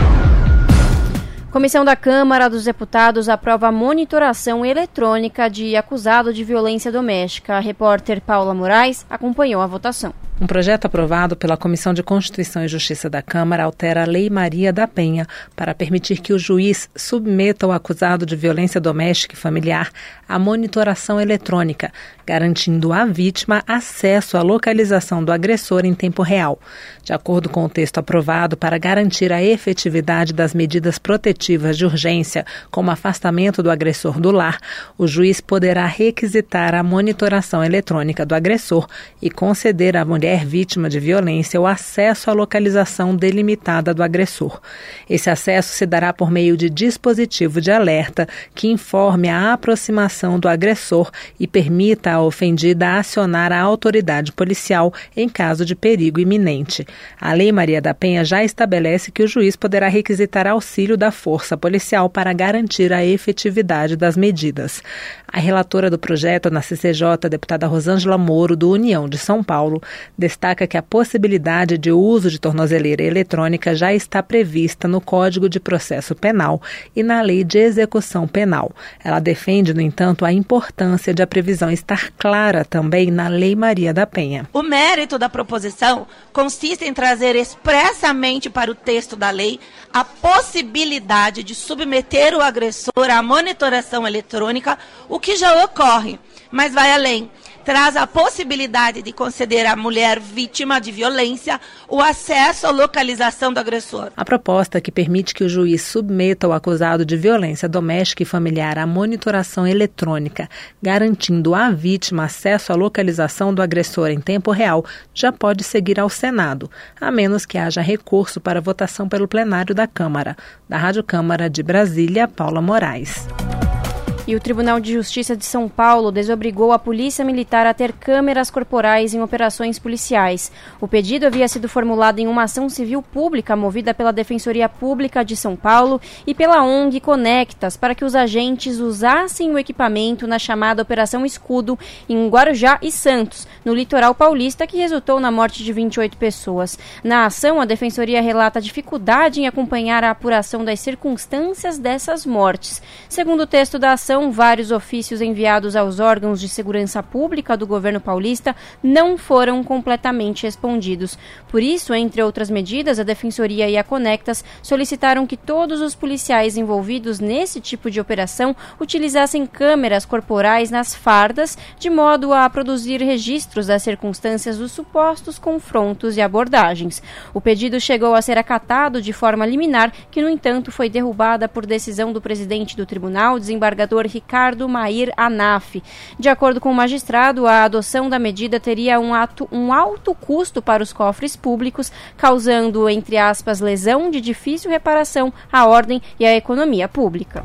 S4: Comissão da Câmara dos Deputados aprova a monitoração eletrônica de acusado de violência doméstica. A repórter Paula Moraes acompanhou a votação.
S17: Um projeto aprovado pela Comissão de Constituição e Justiça da Câmara altera a Lei Maria da Penha para permitir que o juiz submeta o acusado de violência doméstica e familiar à monitoração eletrônica, garantindo à vítima acesso à localização do agressor em tempo real. De acordo com o texto aprovado, para garantir a efetividade das medidas protetivas de urgência, como afastamento do agressor do lar, o juiz poderá requisitar a monitoração eletrônica do agressor e conceder à mulher vítima de violência o acesso à localização delimitada do agressor. Esse acesso se dará por meio de dispositivo de alerta que informe a aproximação do agressor e permita à ofendida acionar a autoridade policial em caso de perigo iminente. A Lei Maria da Penha já estabelece que o juiz poderá requisitar auxílio da força policial para garantir a efetividade das medidas. A relatora do projeto na CCJ, deputada Rosângela Moro, do União de São Paulo, destaca que a possibilidade de uso de tornozeleira eletrônica já está prevista no Código de Processo Penal e na Lei de Execução Penal. Ela defende, no entanto, a importância de a previsão estar clara também na Lei Maria da Penha.
S18: O mérito da proposição consiste em trazer expressamente para o texto da lei a possibilidade de submeter o agressor à monitoração eletrônica, o que já ocorre, mas vai além. Traz a possibilidade de conceder à mulher vítima de violência o acesso à localização do agressor.
S17: A proposta que permite que o juiz submeta o acusado de violência doméstica e familiar à monitoração eletrônica, garantindo à vítima acesso à localização do agressor em tempo real, já pode seguir ao Senado, a menos que haja recurso para votação pelo plenário da Câmara. Da Rádio Câmara de Brasília, Paula Moraes.
S4: E o Tribunal de Justiça de São Paulo desobrigou a Polícia Militar a ter câmeras corporais em operações policiais. O pedido havia sido formulado em uma ação civil pública movida pela Defensoria Pública de São Paulo e pela ONG Conectas para que os agentes usassem o equipamento na chamada Operação Escudo em Guarujá e Santos, no litoral paulista, que resultou na morte de 28 pessoas. Na ação, a Defensoria relata dificuldade em acompanhar a apuração das circunstâncias dessas mortes. Segundo o texto da ação, vários ofícios enviados aos órgãos de segurança pública do governo paulista não foram completamente respondidos. Por isso, entre outras medidas, a Defensoria e a Conectas solicitaram que todos os policiais envolvidos nesse tipo de operação utilizassem câmeras corporais nas fardas, de modo a produzir registros das circunstâncias dos supostos confrontos e abordagens. O pedido chegou a ser acatado de forma liminar, que, no entanto, foi derrubada por decisão do presidente do tribunal, desembargador Ricardo Mair Anaf. De acordo com o magistrado, a adoção da medida teria um alto custo para os cofres públicos, causando, entre aspas, lesão de difícil reparação à ordem e à economia pública.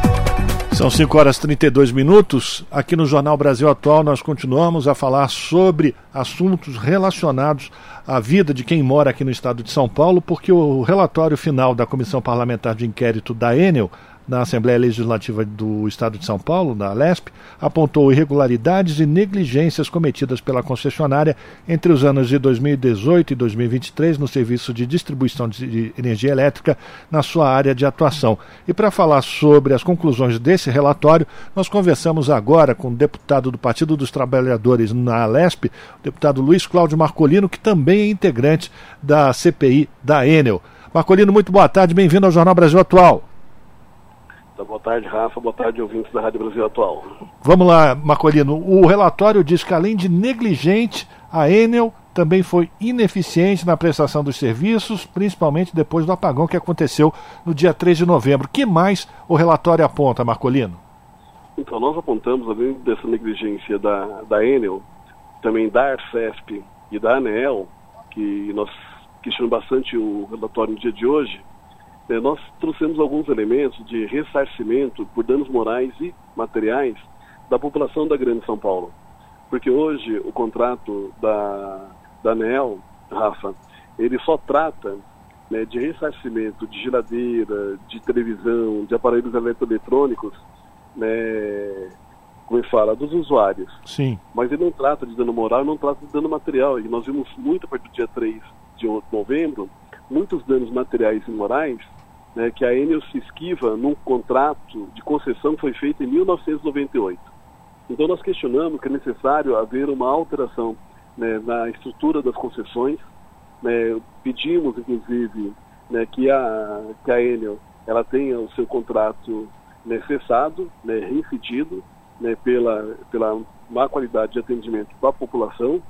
S1: São 5h32. Aqui no Jornal Brasil Atual nós continuamos a falar sobre assuntos relacionados à vida de quem mora aqui no estado de São Paulo, porque o relatório final da Comissão Parlamentar de Inquérito da Enel, na Assembleia Legislativa do Estado de São Paulo, da Alesp, apontou irregularidades e negligências cometidas pela concessionária entre os anos de 2018 e 2023 no serviço de distribuição de energia elétrica na sua área de atuação. E para falar sobre as conclusões desse relatório, nós conversamos agora com o deputado do Partido dos Trabalhadores na Alesp, o deputado Luiz Cláudio Marcolino, que também é integrante da CPI da Enel. Marcolino, muito boa tarde, bem-vindo ao Jornal Brasil Atual.
S19: Boa tarde, Rafa. Boa tarde, ouvintes da Rádio Brasil Atual.
S1: Vamos lá, Marcolino. O relatório diz que, além de negligente, a Enel também foi ineficiente na prestação dos serviços, principalmente depois do apagão que aconteceu no dia 3 de novembro. O que mais o relatório aponta, Marcolino?
S19: Então, nós apontamos, além dessa negligência da Enel, também da Arcesp e da ANEEL, que nós questionamos bastante o relatório no dia de hoje. Nós trouxemos alguns elementos de ressarcimento por danos morais e materiais da população da Grande São Paulo. Porque hoje o contrato da ANEEL, Rafa, ele só trata, né, de ressarcimento de geladeira, de televisão, de aparelhos eletroeletrônicos, né, como ele fala, dos usuários.
S1: Sim.
S19: Mas ele não trata de dano moral, não trata de dano material. E nós vimos muito a partir do dia 3 de novembro, muitos danos materiais e morais, né, que a Enel se esquiva num contrato de concessão que foi feito em 1998. Então nós questionamos que é necessário haver uma alteração, né, na estrutura das concessões, né, pedimos inclusive, né, que a Enel ela tenha o seu contrato, né, cessado, né, reincidido, né, pela má qualidade de atendimento para a população,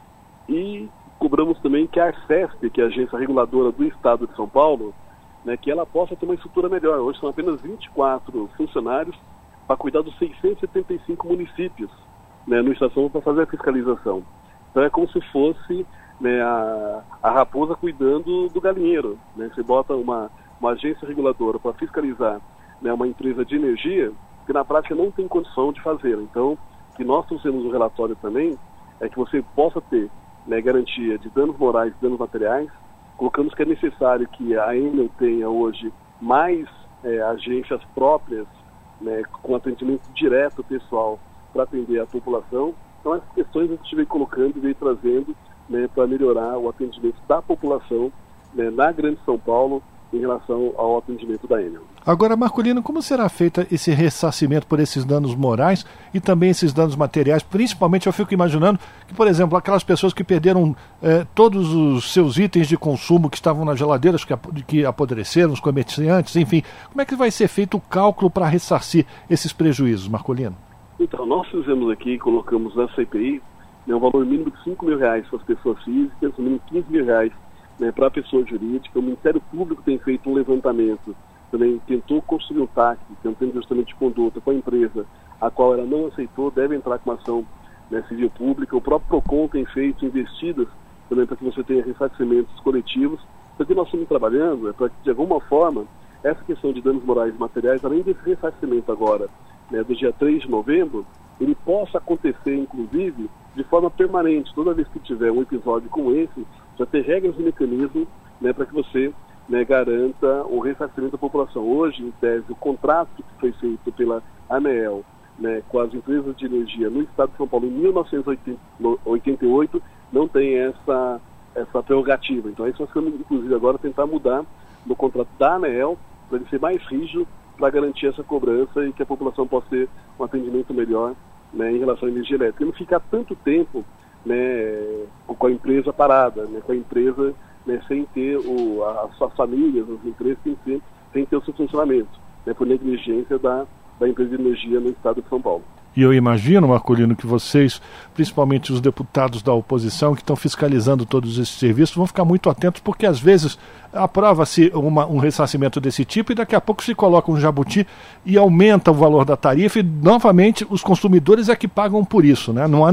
S19: e cobramos também que a Arcesp, que é a agência reguladora do Estado de São Paulo, né, que ela possa ter uma estrutura melhor. Hoje são apenas 24 funcionários para cuidar dos 675 municípios, né, no estação para fazer a fiscalização. Então é como se fosse, né, a raposa cuidando do galinheiro, né? Você bota uma agência reguladora para fiscalizar, né, uma empresa de energia que na prática não tem condição de fazer. Então, o que nós trouxemos no relatório também é que você possa ter, né, garantia de danos morais e danos materiais. Colocamos que é necessário que a Enel tenha hoje mais agências próprias, né, com atendimento direto pessoal para atender a população. Então, essas questões a gente veio colocando e veio trazendo, né, para melhorar o atendimento da população, né, na Grande São Paulo, em relação ao atendimento da Enel.
S1: Agora, Marcolino, como será feito esse ressarcimento por esses danos morais e também esses danos materiais? Principalmente eu fico imaginando que, por exemplo, aquelas pessoas que perderam todos os seus itens de consumo que estavam nas geladeiras, que apodreceram, os comerciantes, enfim. Como é que vai ser feito o cálculo para ressarcir esses prejuízos, Marcolino?
S19: Então, nós fizemos aqui, colocamos na CPI, né, um valor mínimo de R$5.000 para as pessoas físicas, um mínimo de R$15.000, né, para a pessoa jurídica. O Ministério Público tem feito um levantamento, também tentou construir um TAC, tentando justamente de conduta com a empresa, a qual ela não aceitou, deve entrar com uma ação, né, civil pública. O próprio PROCON tem feito investidas também para que você tenha ressarcimentos coletivos. Então, o que nós estamos trabalhando é para que, de alguma forma, essa questão de danos morais e materiais, além desse ressarcimento agora, né, do dia 3 de novembro, ele possa acontecer, inclusive, de forma permanente. Toda vez que tiver um episódio como esse, já ter regras e mecanismos, né, para que você, né, garanta o ressarcimento da população. Hoje, em tese, o contrato que foi feito pela ANEEL, né, com as empresas de energia no estado de São Paulo em 1988 não tem essa prerrogativa. Então, isso nós vamos, inclusive, agora tentar mudar no contrato da ANEEL para ele ser mais rígido, para garantir essa cobrança e que a população possa ter um atendimento melhor, né, em relação à energia elétrica. E não ficar tanto tempo, né, com a empresa parada, né, com a empresa, né, sem ter as suas famílias, as empresas sem ter o seu funcionamento, né, por negligência da empresa de energia no estado de São Paulo.
S1: E eu imagino, Marcolino, que vocês, principalmente os deputados da oposição que estão fiscalizando todos esses serviços, vão ficar muito atentos, porque às vezes aprova-se um ressarcimento desse tipo e daqui a pouco se coloca um jabuti e aumenta o valor da tarifa e novamente os consumidores é que pagam por isso, né? Não há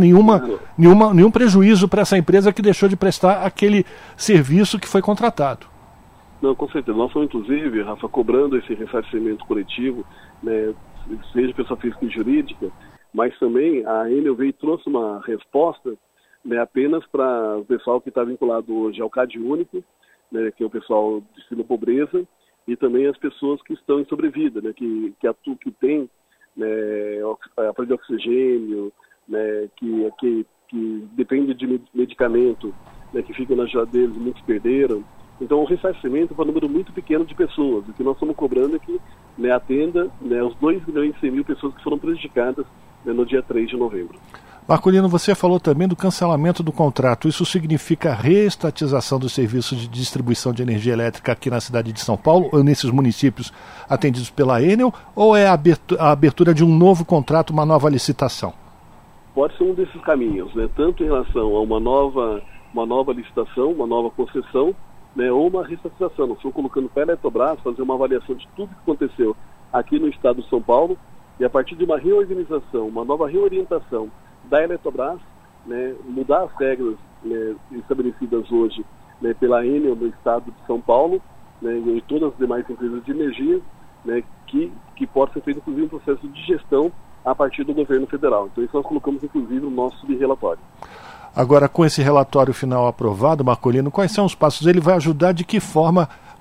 S1: nenhum prejuízo para essa empresa que deixou de prestar aquele serviço que foi contratado.
S19: Não, com certeza. Nós estamos, inclusive, Rafa, cobrando esse ressarcimento coletivo, né, seja pessoa física e jurídica, mas também a Enel veio e trouxe uma resposta, né, apenas para o pessoal que está vinculado hoje ao CAD único, né, que é o pessoal de ensino pobreza, e também as pessoas que estão em sobrevida, né, que tem, né, aparelho de oxigênio, né, que depende de medicamento, né, que ficam nas geladeiras e muitos perderam. Então, o ressarcimento é um número muito pequeno de pessoas. O que nós estamos cobrando é que, né, atenda, né, os 2.100.000 pessoas que foram prejudicadas, né, no dia 3 de novembro.
S1: Marcolino, você falou também do cancelamento do contrato. Isso significa a reestatização dos serviços de distribuição de energia elétrica aqui na cidade de São Paulo, ou nesses municípios atendidos pela Enel, ou é a abertura de um novo contrato, uma nova licitação?
S19: Pode ser um desses caminhos, né, tanto em relação a uma nova licitação, uma nova concessão, né, ou uma reestatização. Nós estamos colocando para a Eletrobras fazer uma avaliação de tudo que aconteceu aqui no estado de São Paulo e a partir de uma reorganização, uma nova reorientação da Eletrobras, né, mudar as regras, né, estabelecidas hoje, né, pela Enel no estado de São Paulo, né, e todas as demais empresas de energia, né, que pode ser feito inclusive um processo de gestão a partir do governo federal. Então isso nós colocamos inclusive no nosso subrelatório.
S1: Agora, com esse relatório final aprovado, Marcolino, quais são os passos? Ele vai ajudar de que forma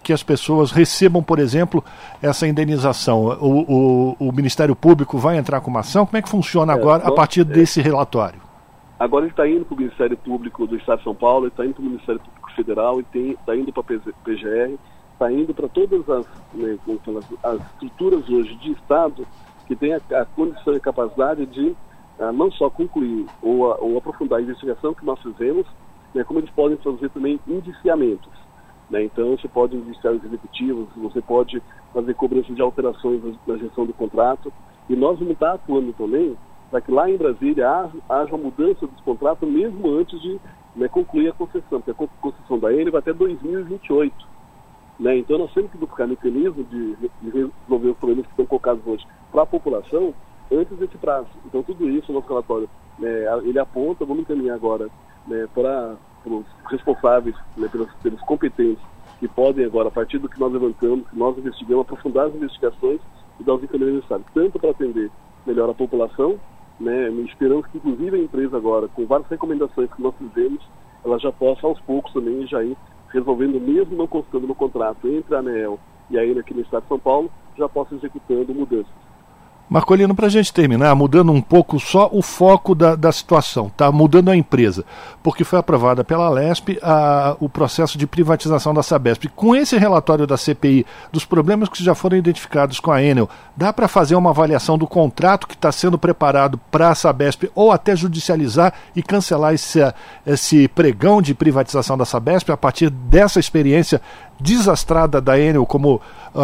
S1: que as pessoas recebam, por exemplo, essa indenização? O Ministério Público vai entrar com uma ação? Como é que funciona agora a partir desse relatório?
S19: Agora ele está indo para o Ministério Público do Estado de São Paulo, ele está indo para o Ministério Público Federal, está indo para a PGR, está indo para todas as estruturas hoje de Estado que têm a condição e capacidade de não só concluir ou aprofundar a investigação que nós fizemos, né, como eles podem fazer também indiciamentos. Né? Então você pode indiciar os executivos, você pode fazer cobrança de alterações na gestão do contrato, e nós vamos estar atuando também para que lá em Brasília haja uma mudança dos contratos mesmo antes de concluir a concessão, porque a concessão da Enel vai até 2028. Né? Então nós temos que buscar mecanismo de resolver os problemas que estão colocados hoje para a população antes desse prazo. Então tudo isso, o nosso relatório, ele aponta, vamos encaminhar agora para os responsáveis, pelos competentes que podem agora, a partir do que nós levantamos, que nós investigamos, aprofundar as investigações e dar os encaminhamentos necessários, tanto para atender melhor a população, esperamos que inclusive a empresa agora, com várias recomendações que nós fizemos, ela já possa aos poucos também já ir resolvendo, mesmo não constando no contrato entre a ANEEL e a Enel aqui no Estado de São Paulo, já possa executando mudanças.
S1: Marcolino, para a gente terminar, mudando um pouco só o foco da situação, tá? Mudando a empresa, porque foi aprovada pela Lesp o processo de privatização da Sabesp. Com esse relatório da CPI, dos problemas que já foram identificados com a Enel, dá para fazer uma avaliação do contrato que está sendo preparado para a Sabesp ou até judicializar e cancelar esse pregão de privatização da Sabesp a partir dessa experiência desastrada da Enel como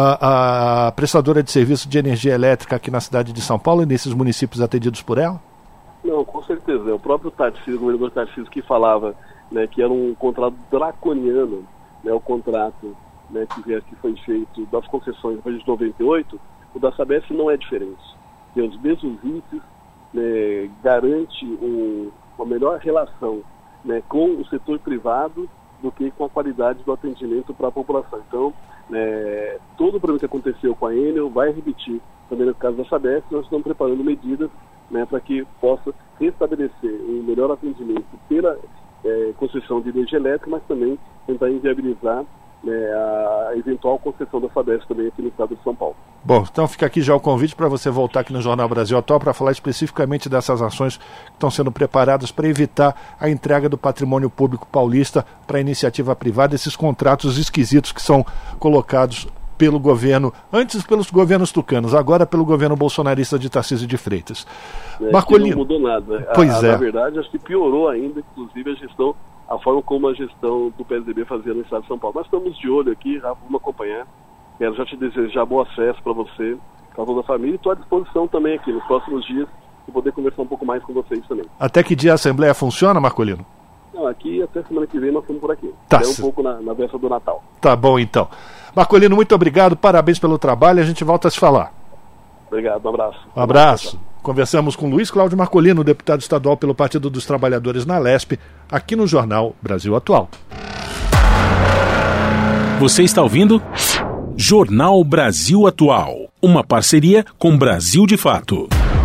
S1: a prestadora de serviço de energia elétrica aqui na cidade de São Paulo e nesses municípios atendidos por ela?
S19: Não, com certeza. O próprio Tarcísio, o governador Tarcísio, que falava que era um contrato draconiano, o contrato que foi feito das concessões depois de 98, o da Sabesp não é diferente. Tem os mesmos vícios, garante uma melhor relação com o setor privado do que com a qualidade do atendimento para a população. Então, todo o problema que aconteceu com a Enel vai repetir também no caso da Sabesp. Nós estamos preparando medidas para que possa restabelecer um melhor atendimento pela concessão de energia elétrica, mas também tentar inviabilizar a eventual concessão da Sabesp também aqui no Estado de São Paulo.
S1: Bom, então fica aqui já o convite para você voltar aqui no Jornal Brasil Atual para falar especificamente dessas ações que estão sendo preparadas para evitar a entrega do patrimônio público paulista para a iniciativa privada, esses contratos esquisitos que são colocados pelo governo, antes pelos governos tucanos, agora pelo governo bolsonarista de Tarcísio de Freitas. Marcolino,
S19: não mudou nada. Na verdade, acho que piorou ainda, inclusive, a forma como a gestão do PSDB fazia no Estado de São Paulo. Nós estamos de olho aqui, Rafa, vamos acompanhar. Quero já te desejar bom acesso para você, para toda a família, e estou à disposição também aqui nos próximos dias para poder conversar um pouco mais com vocês também.
S1: Até que dia a Assembleia funciona, Marcolino?
S19: Não, aqui até semana que vem nós estamos por aqui.
S1: Tá,
S19: até um pouco na véspera do Natal.
S1: Tá bom, então. Marcolino, muito obrigado, parabéns pelo trabalho, a gente volta a se falar.
S19: Obrigado, um abraço.
S1: Um abraço. Conversamos com Luiz Cláudio Marcolino, deputado estadual pelo Partido dos Trabalhadores na Lesp, aqui no Jornal Brasil Atual.
S2: Você está ouvindo Jornal Brasil Atual, uma parceria com Brasil de Fato.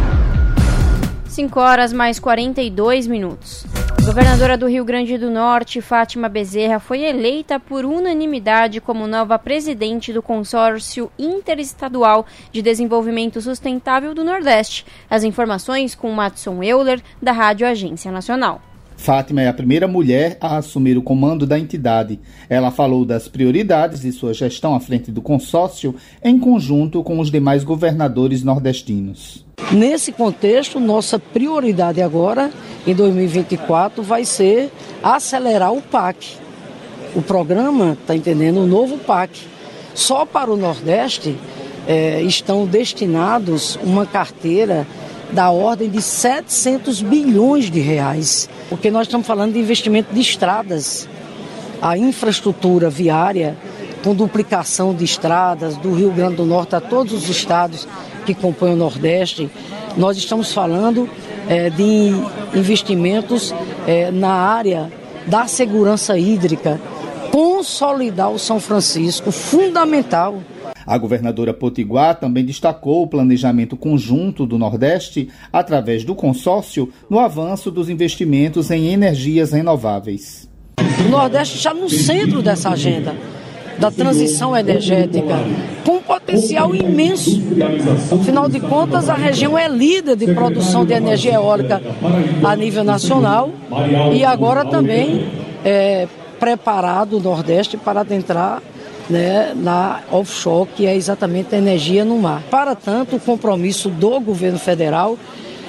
S4: 5 horas mais 42 minutos. A governadora do Rio Grande do Norte, Fátima Bezerra, foi eleita por unanimidade como nova presidente do Consórcio Interestadual de Desenvolvimento Sustentável do Nordeste. As informações com Matson Euler, da Rádio Agência Nacional.
S20: Fátima é a primeira mulher a assumir o comando da entidade. Ela falou das prioridades de sua gestão à frente do consórcio, em conjunto com os demais governadores nordestinos.
S21: Nesse contexto, nossa prioridade agora, em 2024, vai ser acelerar o PAC. O programa, está entendendo, o novo PAC. Só para o Nordeste estão destinados uma carteira da ordem de 700 bilhões de reais, porque nós estamos falando de investimento de estradas, a infraestrutura viária, com duplicação de estradas do Rio Grande do Norte a todos os estados que compõem o Nordeste. Nós estamos falando de investimentos na área da segurança hídrica, consolidar o São Francisco, fundamental.
S20: A governadora Potiguar também destacou o planejamento conjunto do Nordeste, através do consórcio, no avanço dos investimentos em energias renováveis.
S21: O Nordeste está no centro dessa agenda. da transição energética, com um potencial imenso. Afinal de contas, a região é líder de produção de energia eólica a nível nacional e agora também preparado o Nordeste para adentrar, né, na offshore, que é exatamente a energia no mar. Para tanto, o compromisso do governo federal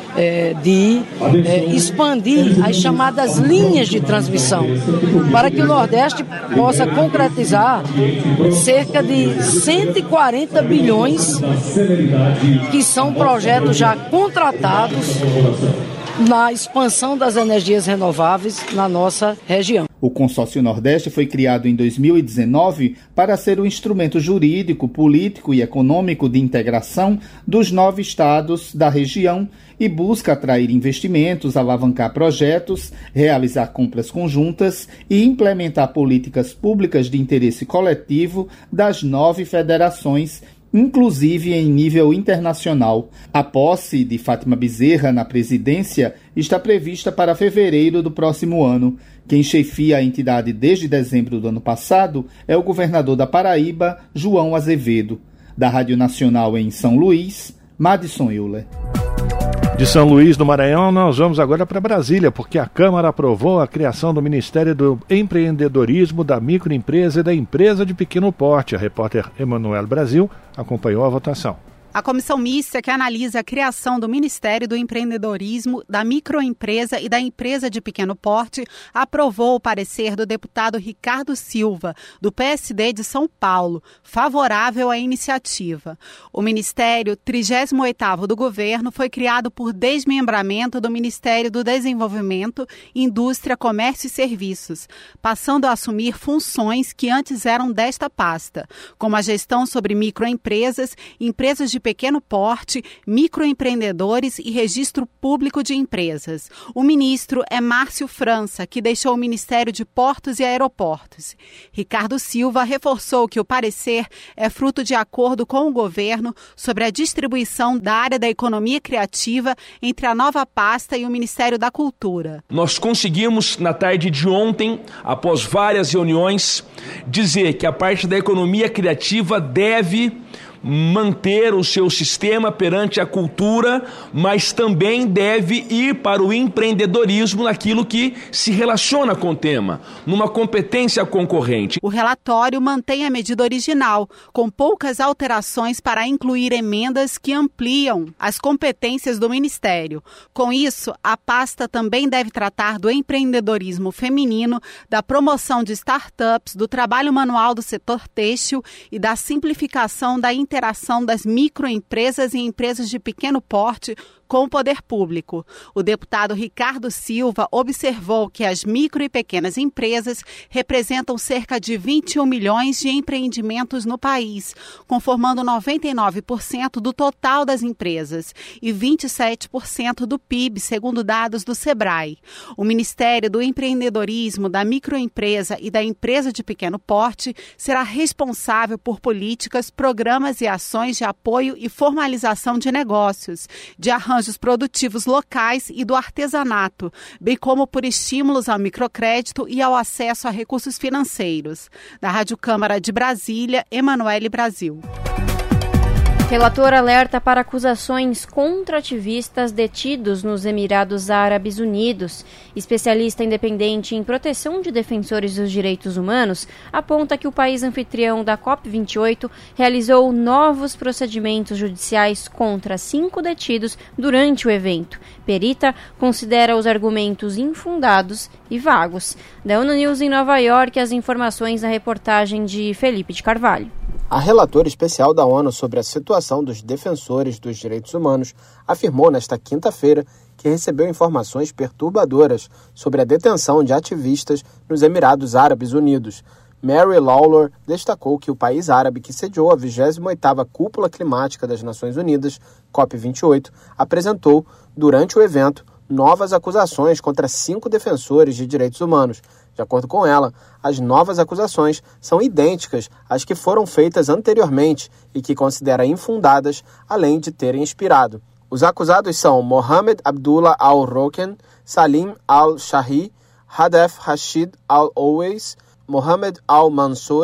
S21: de expandir as chamadas linhas de transmissão, para que o Nordeste possa concretizar cerca de 140 bilhões, que são projetos já contratados na expansão das energias renováveis na nossa região.
S20: O Consórcio Nordeste foi criado em 2019 para ser o instrumento jurídico, político e econômico de integração dos 9 estados da região e busca atrair investimentos, alavancar projetos, realizar compras conjuntas e implementar políticas públicas de interesse coletivo das 9 federações, inclusive em nível internacional. A posse de Fátima Bezerra na presidência está prevista para fevereiro do próximo ano. Quem chefia a entidade desde dezembro do ano passado é o governador da Paraíba, João Azevedo. Da Rádio Nacional em São Luís, Madison Euler.
S1: De São Luís do Maranhão, nós vamos agora para Brasília, porque a Câmara aprovou a criação do Ministério do Empreendedorismo, da Microempresa e da Empresa de Pequeno Porte. A repórter Emanuele Brasil acompanhou a votação.
S3: A comissão mista que analisa a criação do Ministério do Empreendedorismo, da Microempresa e da Empresa de Pequeno Porte aprovou o parecer do deputado Ricardo Silva, do PSD de São Paulo, favorável à iniciativa. O Ministério 38º do governo foi criado por desmembramento do Ministério do Desenvolvimento, Indústria, Comércio e Serviços, passando a assumir funções que antes eram desta pasta, como a gestão sobre microempresas, empresas de pequeno porte, microempreendedores e registro público de empresas. O ministro é Márcio França, que deixou o Ministério de Portos e Aeroportos. Ricardo Silva reforçou que o parecer é fruto de acordo com o governo sobre a distribuição da área da economia criativa entre a nova pasta e o Ministério da Cultura.
S22: Nós conseguimos, na tarde de ontem, após várias reuniões, dizer que a parte da economia criativa deve manter o seu sistema perante a cultura, mas também deve ir para o empreendedorismo naquilo que se relaciona com o tema, numa competência concorrente.
S3: O relatório mantém a medida original, com poucas alterações para incluir emendas que ampliam as competências do Ministério. Com isso, a pasta também deve tratar do empreendedorismo feminino, da promoção de startups, do trabalho manual do setor têxtil e da simplificação da interação das microempresas e empresas de pequeno porte com o poder público. O deputado Ricardo Silva observou que as micro e pequenas empresas representam cerca de 21 milhões de empreendimentos no país, conformando 99% do total das empresas e 27% do PIB, segundo dados do Sebrae. O Ministério do Empreendedorismo, da Microempresa e da Empresa de Pequeno Porte será responsável por políticas, programas e ações de apoio e formalização de negócios, de arranjos produtivos locais e do artesanato, bem como por estímulos ao microcrédito e ao acesso a recursos financeiros. Da Rádio Câmara de Brasília, Emanuele Brasil.
S4: Relator alerta para acusações contra ativistas detidos nos Emirados Árabes Unidos. Especialista independente em proteção de defensores dos direitos humanos aponta que o país anfitrião da COP28 realizou novos procedimentos judiciais contra 5 detidos durante o evento. Perita considera os argumentos infundados e vagos. Da ONU News em Nova York, as informações na reportagem de Felipe de Carvalho.
S23: A relatora especial da ONU sobre a situação dos defensores dos direitos humanos afirmou nesta quinta-feira que recebeu informações perturbadoras sobre a detenção de ativistas nos Emirados Árabes Unidos. Mary Lawlor destacou que o país árabe que sediou a 28ª Cúpula Climática das Nações Unidas, COP28, apresentou, durante o evento, novas acusações contra 5 defensores de direitos humanos. De acordo com ela, as novas acusações são idênticas às que foram feitas anteriormente e que considera infundadas, além de terem inspirado. Os acusados são Mohamed Abdullah al-Roken, Salim al-Shahi, Hadef Rashid al-Owais, Mohamed al-Mansouri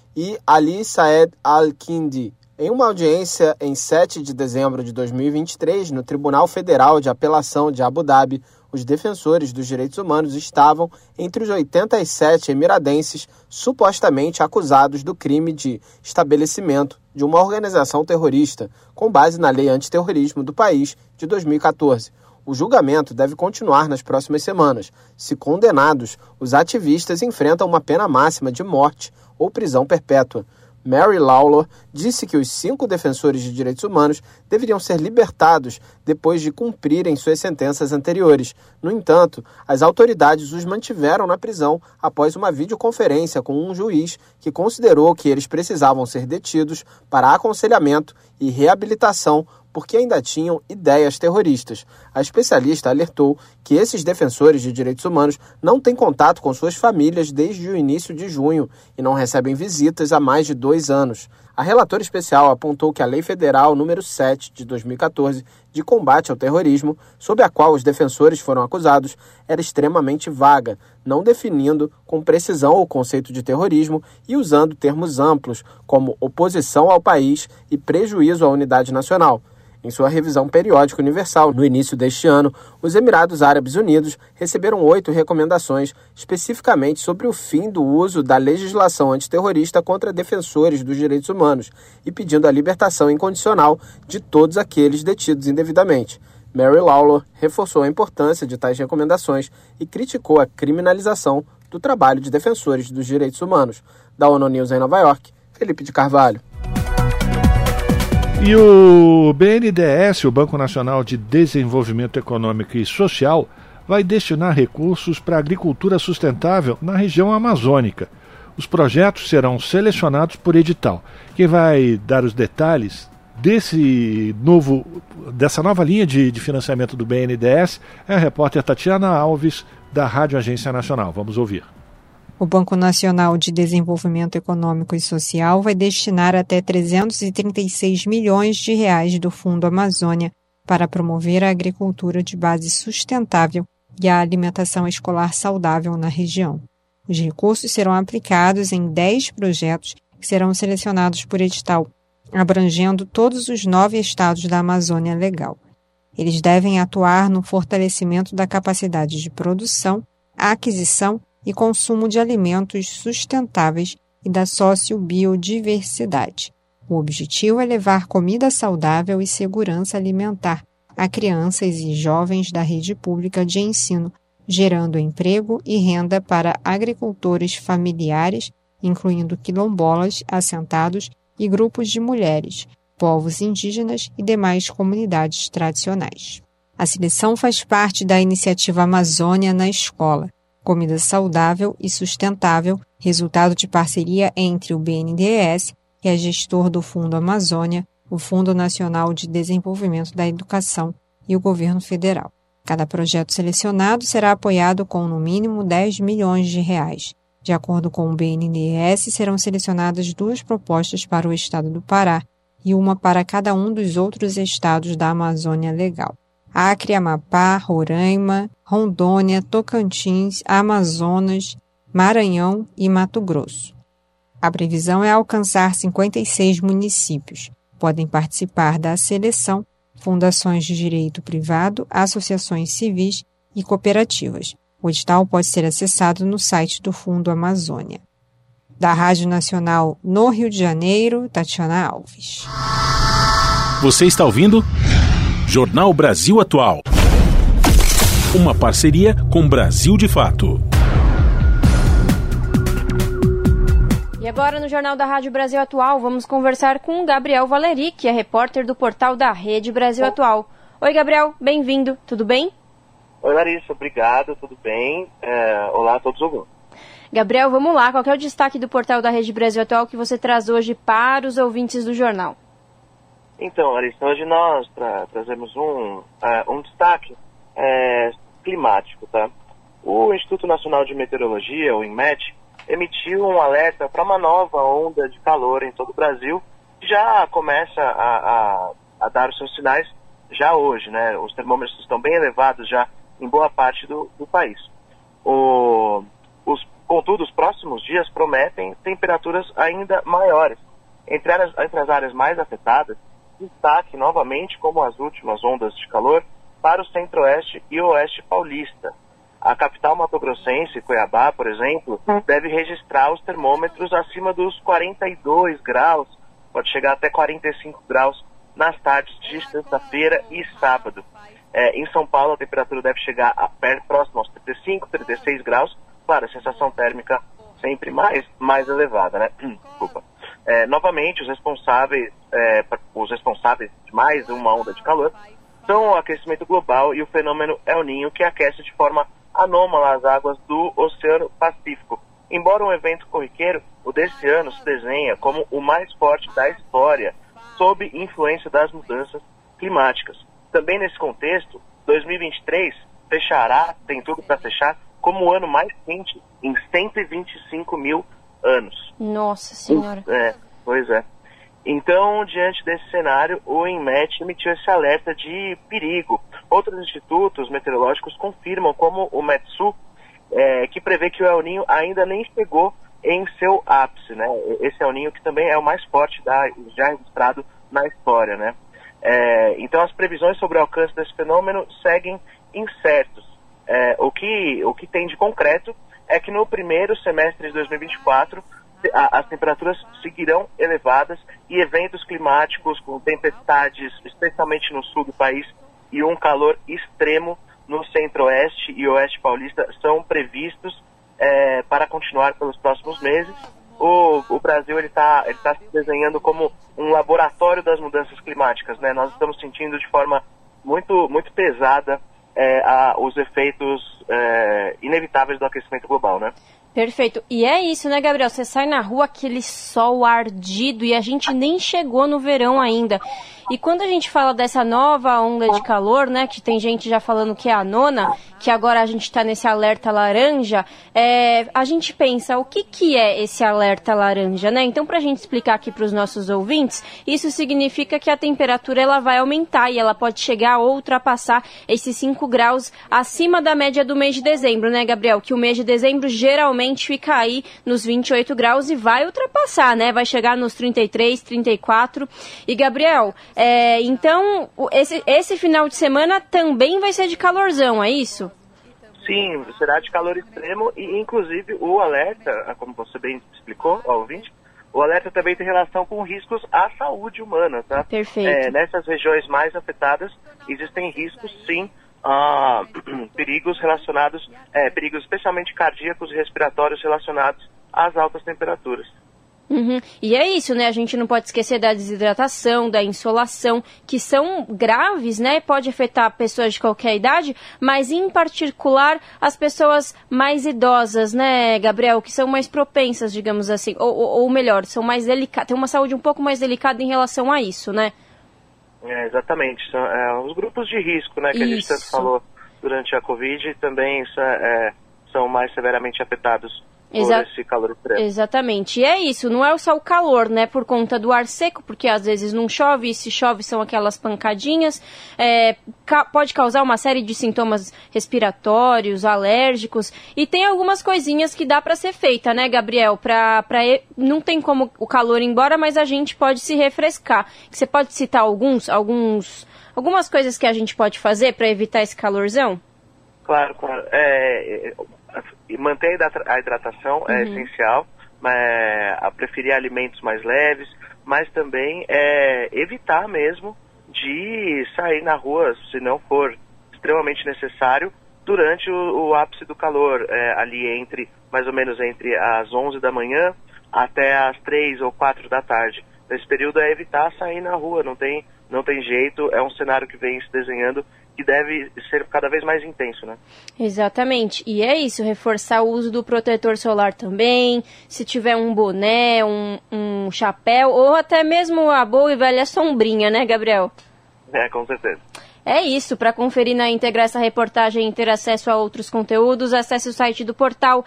S23: e Ali Saed Al-Kindi. Em uma audiência em 7 de dezembro de 2023, no Tribunal Federal de Apelação de Abu Dhabi, os defensores dos direitos humanos estavam entre os 87 emiradenses supostamente acusados do crime de estabelecimento de uma organização terrorista, com base na Lei Antiterrorismo do país de 2014. O julgamento deve continuar nas próximas semanas. Se condenados, os ativistas enfrentam uma pena máxima de morte ou prisão perpétua. Mary Lawlor disse que os 5 defensores de direitos humanos deveriam ser libertados depois de cumprirem suas sentenças anteriores. No entanto, as autoridades os mantiveram na prisão após uma videoconferência com um juiz que considerou que eles precisavam ser detidos para aconselhamento e reabilitação porque ainda tinham ideias terroristas. A especialista alertou que esses defensores de direitos humanos não têm contato com suas famílias desde o início de junho e não recebem visitas há mais de 2 anos. A relatora especial apontou que a Lei Federal número 7 de 2014 de combate ao terrorismo, sob a qual os defensores foram acusados, era extremamente vaga, não definindo com precisão o conceito de terrorismo e usando termos amplos como oposição ao país e prejuízo à unidade nacional. Em sua revisão periódica universal, no início deste ano, os Emirados Árabes Unidos receberam 8 recomendações especificamente sobre o fim do uso da legislação antiterrorista contra defensores dos direitos humanos e pedindo a libertação incondicional de todos aqueles detidos indevidamente. Mary Lawlor reforçou a importância de tais recomendações e criticou a criminalização do trabalho de defensores dos direitos humanos. Da ONU News em Nova York, Felipe de Carvalho.
S1: E o BNDES, o Banco Nacional de Desenvolvimento Econômico e Social, vai destinar recursos para a agricultura sustentável na região amazônica. Os projetos serão selecionados por edital. Quem vai dar os detalhes dessa nova linha de financiamento do BNDES é a repórter Tatiana Alves, da Rádio Agência Nacional. Vamos ouvir.
S5: O Banco Nacional de Desenvolvimento Econômico e Social vai destinar até 336 milhões de reais do Fundo Amazônia para promover a agricultura de base sustentável e a alimentação escolar saudável na região. Os recursos serão aplicados em 10 projetos que serão selecionados por edital, abrangendo todos os 9 estados da Amazônia Legal. Eles devem atuar no fortalecimento da capacidade de produção, aquisição e consumo de alimentos sustentáveis e da sociobiodiversidade. O objetivo é levar comida saudável e segurança alimentar a crianças e jovens da rede pública de ensino, gerando emprego e renda para agricultores familiares, incluindo quilombolas, assentados e grupos de mulheres, povos indígenas e demais comunidades tradicionais. A seleção faz parte da iniciativa Amazônia na Escola, comida saudável e sustentável, resultado de parceria entre o BNDES, que é gestor do Fundo Amazônia, o Fundo Nacional de Desenvolvimento da Educação e o Governo Federal. Cada projeto selecionado será apoiado com, no mínimo, 10 milhões de reais. De acordo com o BNDES, serão selecionadas 2 propostas para o estado do Pará e uma para cada um dos outros estados da Amazônia Legal: Acre, Amapá, Roraima, Rondônia, Tocantins, Amazonas, Maranhão e Mato Grosso. A previsão é alcançar 56 municípios. Podem participar da seleção fundações de direito privado, associações civis e cooperativas. O edital pode ser acessado no site do Fundo Amazônia. Da Rádio Nacional no Rio de Janeiro, Tatiana Alves.
S2: Você está ouvindo Jornal Brasil Atual. Uma parceria com Brasil de Fato.
S4: E agora no Jornal da Rádio Brasil Atual, vamos conversar com Gabriel Valeri, que é repórter do portal da Rede Brasil Atual. Oi, Gabriel, bem-vindo, tudo bem?
S6: Oi, Larissa, obrigado, tudo bem? Olá a todos ouvintes.
S4: Gabriel, vamos lá, qual é o destaque do portal da Rede Brasil Atual que você traz hoje para os ouvintes do jornal?
S6: Então, Larissa, hoje nós trazemos um destaque climático, tá? O Instituto Nacional de Meteorologia, o INMET, emitiu um alerta para uma nova onda de calor em todo o Brasil, que já começa a dar os seus sinais já hoje, né? Os termômetros estão bem elevados já em boa parte do país. Contudo, os próximos dias prometem temperaturas ainda maiores. Entre as áreas mais afetadas, destaque novamente, como as últimas ondas de calor, para o centro-oeste e oeste paulista. A capital mato-grossense, Cuiabá, por exemplo, deve registrar os termômetros acima dos 42 graus, pode chegar até 45 graus nas tardes de sexta-feira e sábado. Em São Paulo, a temperatura deve chegar próximo aos 35, 36 graus. Claro, a sensação térmica sempre mais elevada, né? Desculpa. Novamente, os responsáveis de mais uma onda de calor são o aquecimento global e o fenômeno El Niño, que aquece de forma anômala as águas do Oceano Pacífico. Embora um evento corriqueiro, o desse ano se desenha como o mais forte da história, sob influência das mudanças climáticas. Também nesse contexto, 2023 tem tudo para fechar, como o ano mais quente em 125 mil anos.
S4: Nossa Senhora.
S6: Pois é. Então, diante desse cenário, o INMET emitiu esse alerta de perigo. Outros institutos meteorológicos confirmam, como o Metsu, que prevê que o El Niño ainda nem chegou em seu ápice, né? Esse El Niño que também é o mais forte já registrado na história, né? Então, as previsões sobre o alcance desse fenômeno seguem incertos. O que tem de concreto é que no primeiro semestre de 2024 as temperaturas seguirão elevadas e eventos climáticos com tempestades, especialmente no sul do país, e um calor extremo no centro-oeste e oeste paulista são previstos para continuar pelos próximos meses. O Brasil ele tá se desenhando como um laboratório das mudanças climáticas, né? Nós estamos sentindo de forma muito, muito pesada os efeitos inevitáveis do aquecimento global, né?
S4: Perfeito. E é isso, né, Gabriel? Você sai na rua, aquele sol ardido, e a gente nem chegou no verão ainda. E quando a gente fala dessa nova onda de calor, né, que tem gente já falando que é a nona, que agora a gente está nesse alerta laranja, a gente pensa, o que é esse alerta laranja, né? Então, para a gente explicar aqui para os nossos ouvintes, isso significa que a temperatura ela vai aumentar e ela pode chegar a ultrapassar esses 5 graus acima da média do mês de dezembro, né, Gabriel? Que o mês de dezembro geralmente fica aí nos 28 graus e vai ultrapassar, né? Vai chegar nos 33, 34. E, Gabriel, então, esse final de semana também vai ser de calorzão, é isso?
S6: Sim, será de calor extremo e, inclusive, o alerta, como você bem explicou ao ouvinte, o alerta também tem relação com riscos à saúde humana, tá?
S4: Perfeito.
S6: Nessas regiões mais afetadas, existem riscos, sim, perigos relacionados, perigos especialmente cardíacos e respiratórios relacionados às altas temperaturas.
S4: Uhum. E é isso, né? A gente não pode esquecer da desidratação, da insolação, que são graves, né? Pode afetar pessoas de qualquer idade, mas em particular as pessoas mais idosas, né, Gabriel? Que são mais propensas, digamos assim, ou melhor, são mais delicadas, têm uma saúde um pouco mais delicada em relação a isso, né? Exatamente.
S6: São os grupos de risco, né? Que a gente tanto falou durante a Covid, também são mais severamente afetados por esse calor extremo.
S4: Exatamente. E é isso, não é só o calor, né, por conta do ar seco, porque às vezes não chove, e se chove são aquelas pancadinhas, pode causar uma série de sintomas respiratórios, alérgicos, e tem algumas coisinhas que dá para ser feita, né, Gabriel, não tem como o calor ir embora, mas a gente pode se refrescar. Você pode citar algumas coisas que a gente pode fazer para evitar esse calorzão?
S6: Claro. Manter a hidratação é essencial, a preferir alimentos mais leves, mas também evitar mesmo de sair na rua, se não for extremamente necessário, durante o ápice do calor, ali mais ou menos entre as 11 da manhã até as 3 ou 4 da tarde. Nesse período é evitar sair na rua, não tem jeito, é um cenário que vem se desenhando que deve ser cada vez mais intenso, né?
S4: Exatamente. E é isso, reforçar o uso do protetor solar também, se tiver um boné, um chapéu, ou até mesmo a boa e velha sombrinha, né, Gabriel?
S6: Com certeza.
S4: É isso, para conferir na íntegra essa reportagem e ter acesso a outros conteúdos, acesse o site do portal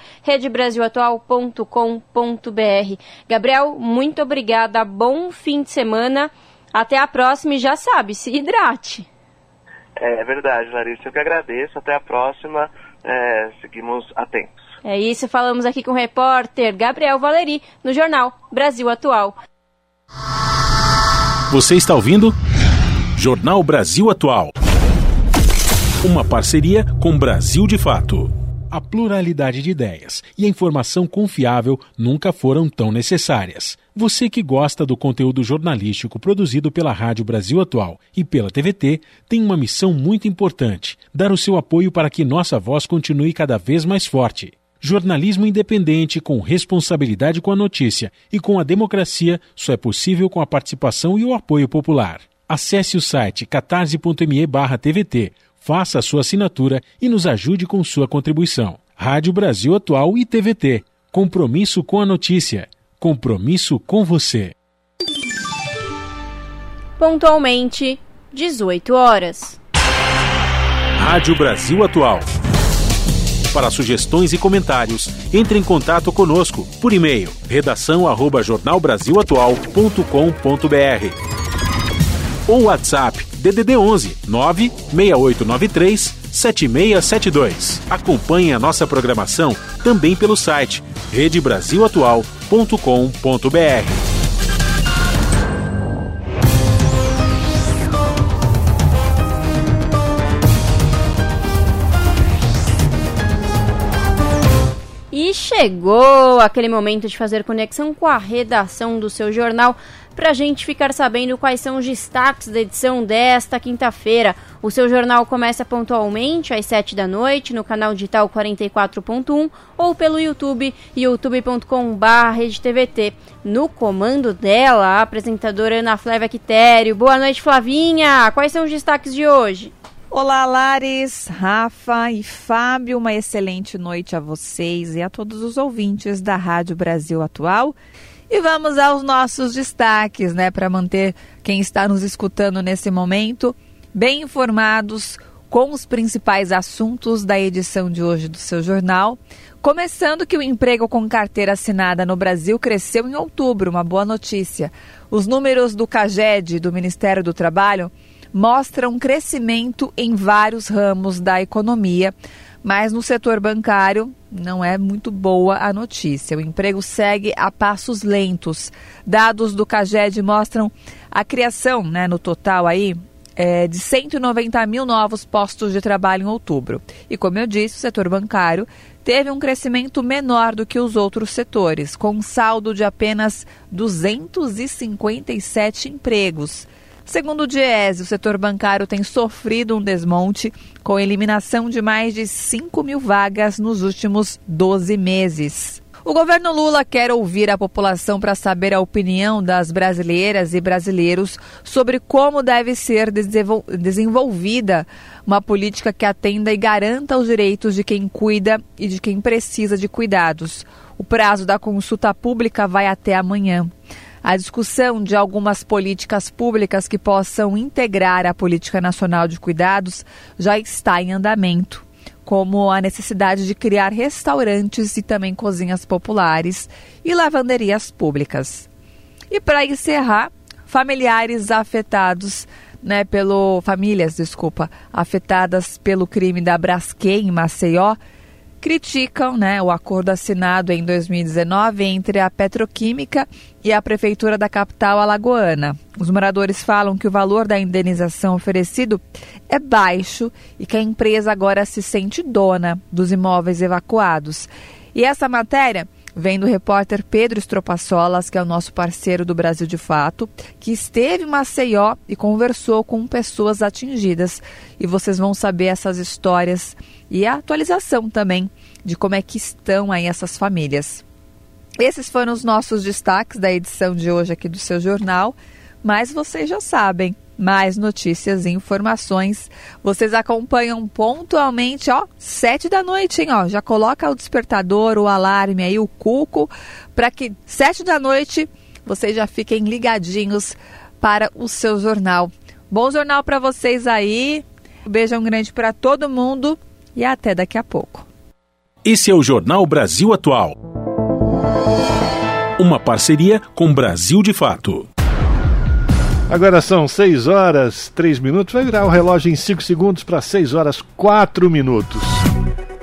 S4: redebrasilatual.com.br. Gabriel, muito obrigada, bom fim de semana, até a próxima e já sabe, se hidrate.
S6: É verdade, Larissa, eu que agradeço, até a próxima, seguimos atentos.
S4: É isso, falamos aqui com o repórter Gabriel Valeri, no Jornal Brasil Atual.
S2: Você está ouvindo Jornal Brasil Atual. Uma parceria com Brasil de Fato. A pluralidade de ideias e a informação confiável nunca foram tão necessárias. Você que gosta do conteúdo jornalístico produzido pela Rádio Brasil Atual e pela TVT tem uma missão muito importante: dar o seu apoio para que nossa voz continue cada vez mais forte. Jornalismo independente, com responsabilidade com a notícia e com a democracia, só é possível com a participação e o apoio popular. Acesse o site catarse.me/TVT, faça a sua assinatura e nos ajude com sua contribuição. Rádio Brasil Atual e TVT. Compromisso com a notícia. Compromisso com você.
S4: Pontualmente, 18 horas.
S2: Rádio Brasil Atual. Para sugestões e comentários, entre em contato conosco por e-mail redação@jornalbrasilatual.com.br ou WhatsApp DDD 11 96893 7672. Acompanhe a nossa programação também pelo site redebrasilatual.com.br.
S4: E chegou aquele momento de fazer conexão com a redação do seu jornal para a gente ficar sabendo quais são os destaques da edição desta quinta-feira. O seu jornal começa pontualmente às 7 da noite no canal digital 44.1 ou pelo YouTube, youtube.com/RedeTVT. No comando dela, a apresentadora Ana Flávia Quitério. Boa noite, Flavinha! Quais são os destaques de hoje?
S7: Olá, Lares, Rafa e Fábio, uma excelente noite a vocês e a todos os ouvintes da Rádio Brasil Atual. E vamos aos nossos destaques, para manter quem está nos escutando nesse momento bem informados com os principais assuntos da edição de hoje do seu jornal. Começando que o emprego com carteira assinada no Brasil cresceu em outubro, uma boa notícia. Os números do CAGED, do Ministério do Trabalho, mostra um crescimento em vários ramos da economia, mas no setor bancário não é muito boa a notícia. O emprego segue a passos lentos. Dados do CAGED mostram a criação, no total aí, de 190 mil novos postos de trabalho em outubro. E como eu disse, o setor bancário teve um crescimento menor do que os outros setores, com um saldo de apenas 257 empregos. Segundo o Diese, o setor bancário tem sofrido um desmonte com a eliminação de mais de 5 mil vagas nos últimos 12 meses. O governo Lula quer ouvir a população para saber a opinião das brasileiras e brasileiros sobre como deve ser desenvolvida uma política que atenda e garanta os direitos de quem cuida e de quem precisa de cuidados. O prazo da consulta pública vai até amanhã. A discussão de algumas políticas públicas que possam integrar a Política Nacional de Cuidados já está em andamento, como a necessidade de criar restaurantes e também cozinhas populares e lavanderias públicas. E para encerrar, famílias afetadas pelo crime da Braskem em Maceió criticam o acordo assinado em 2019 entre a Petroquímica e a Prefeitura da capital alagoana. Os moradores falam que o valor da indenização oferecido é baixo e que a empresa agora se sente dona dos imóveis evacuados. E essa matéria vem do repórter Pedro Estropaçolas, que é o nosso parceiro do Brasil de Fato, que esteve em Maceió e conversou com pessoas atingidas. E vocês vão saber essas histórias e a atualização também de como é que estão aí essas famílias. Esses foram os nossos destaques da edição de hoje aqui do seu jornal, mas vocês já sabem, mais notícias e informações vocês acompanham pontualmente, 7 da noite, hein? Já coloca o despertador, o alarme aí, o cuco, para que 7 da noite vocês já fiquem ligadinhos para o seu jornal. Bom jornal para vocês aí, um beijão grande para todo mundo e até daqui a pouco.
S2: Esse é o Jornal Brasil Atual. Uma parceria com Brasil de Fato.
S1: Agora são 6 horas 3 minutos. Vai virar o relógio em 5 segundos para 6 horas 4 minutos.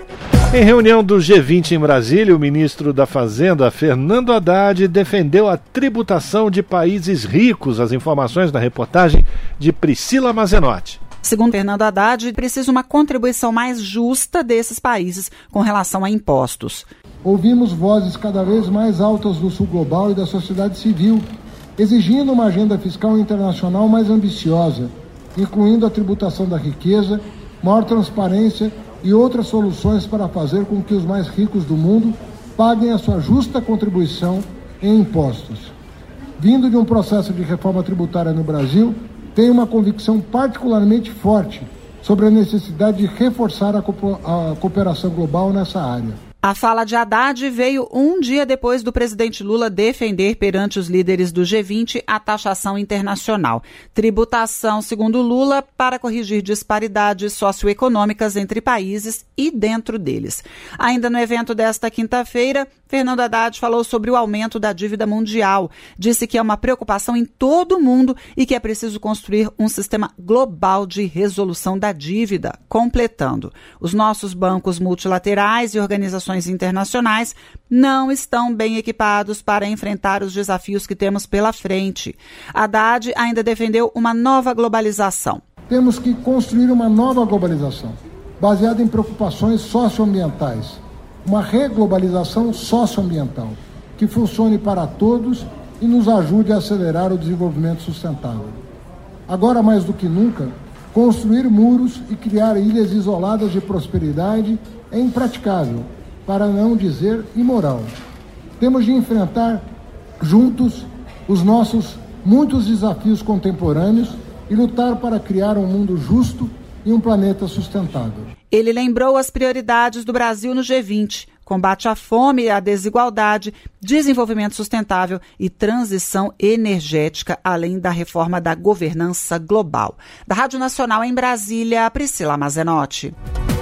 S1: Em reunião do G20 em Brasília, o ministro da Fazenda, Fernando Haddad, defendeu a tributação de países ricos. As informações na reportagem de Priscila Mazenotti.
S8: Segundo Fernando Haddad, precisa uma contribuição mais justa desses países com relação a impostos.
S9: Ouvimos vozes cada vez mais altas do sul global e da sociedade civil, exigindo uma agenda fiscal internacional mais ambiciosa, incluindo a tributação da riqueza, maior transparência e outras soluções para fazer com que os mais ricos do mundo paguem a sua justa contribuição em impostos. Vindo de um processo de reforma tributária no Brasil, tenho uma convicção particularmente forte sobre a necessidade de reforçar a cooperação global nessa área.
S8: A fala de Haddad veio um dia depois do presidente Lula defender perante os líderes do G20 a taxação internacional. Tributação, segundo Lula, para corrigir disparidades socioeconômicas entre países e dentro deles. Ainda no evento desta quinta-feira, Fernando Haddad falou sobre o aumento da dívida mundial. Disse que é uma preocupação em todo o mundo e que é preciso construir um sistema global de resolução da dívida, completando. Os nossos bancos multilaterais e organizações internacionais não estão bem equipados para enfrentar os desafios que temos pela frente. Haddad ainda defendeu uma nova globalização.
S9: Temos que construir uma nova globalização, baseada em preocupações socioambientais. Uma reglobalização socioambiental, que funcione para todos e nos ajude a acelerar o desenvolvimento sustentável. Agora, mais do que nunca, construir muros e criar ilhas isoladas de prosperidade é impraticável, para não dizer imoral. Temos de enfrentar juntos os nossos muitos desafios contemporâneos e lutar para criar um mundo justo e um planeta sustentável.
S8: Ele lembrou as prioridades do Brasil no G20: combate à fome e à desigualdade, desenvolvimento sustentável e transição energética, além da reforma da governança global. Da Rádio Nacional em Brasília, Priscila Mazenotti.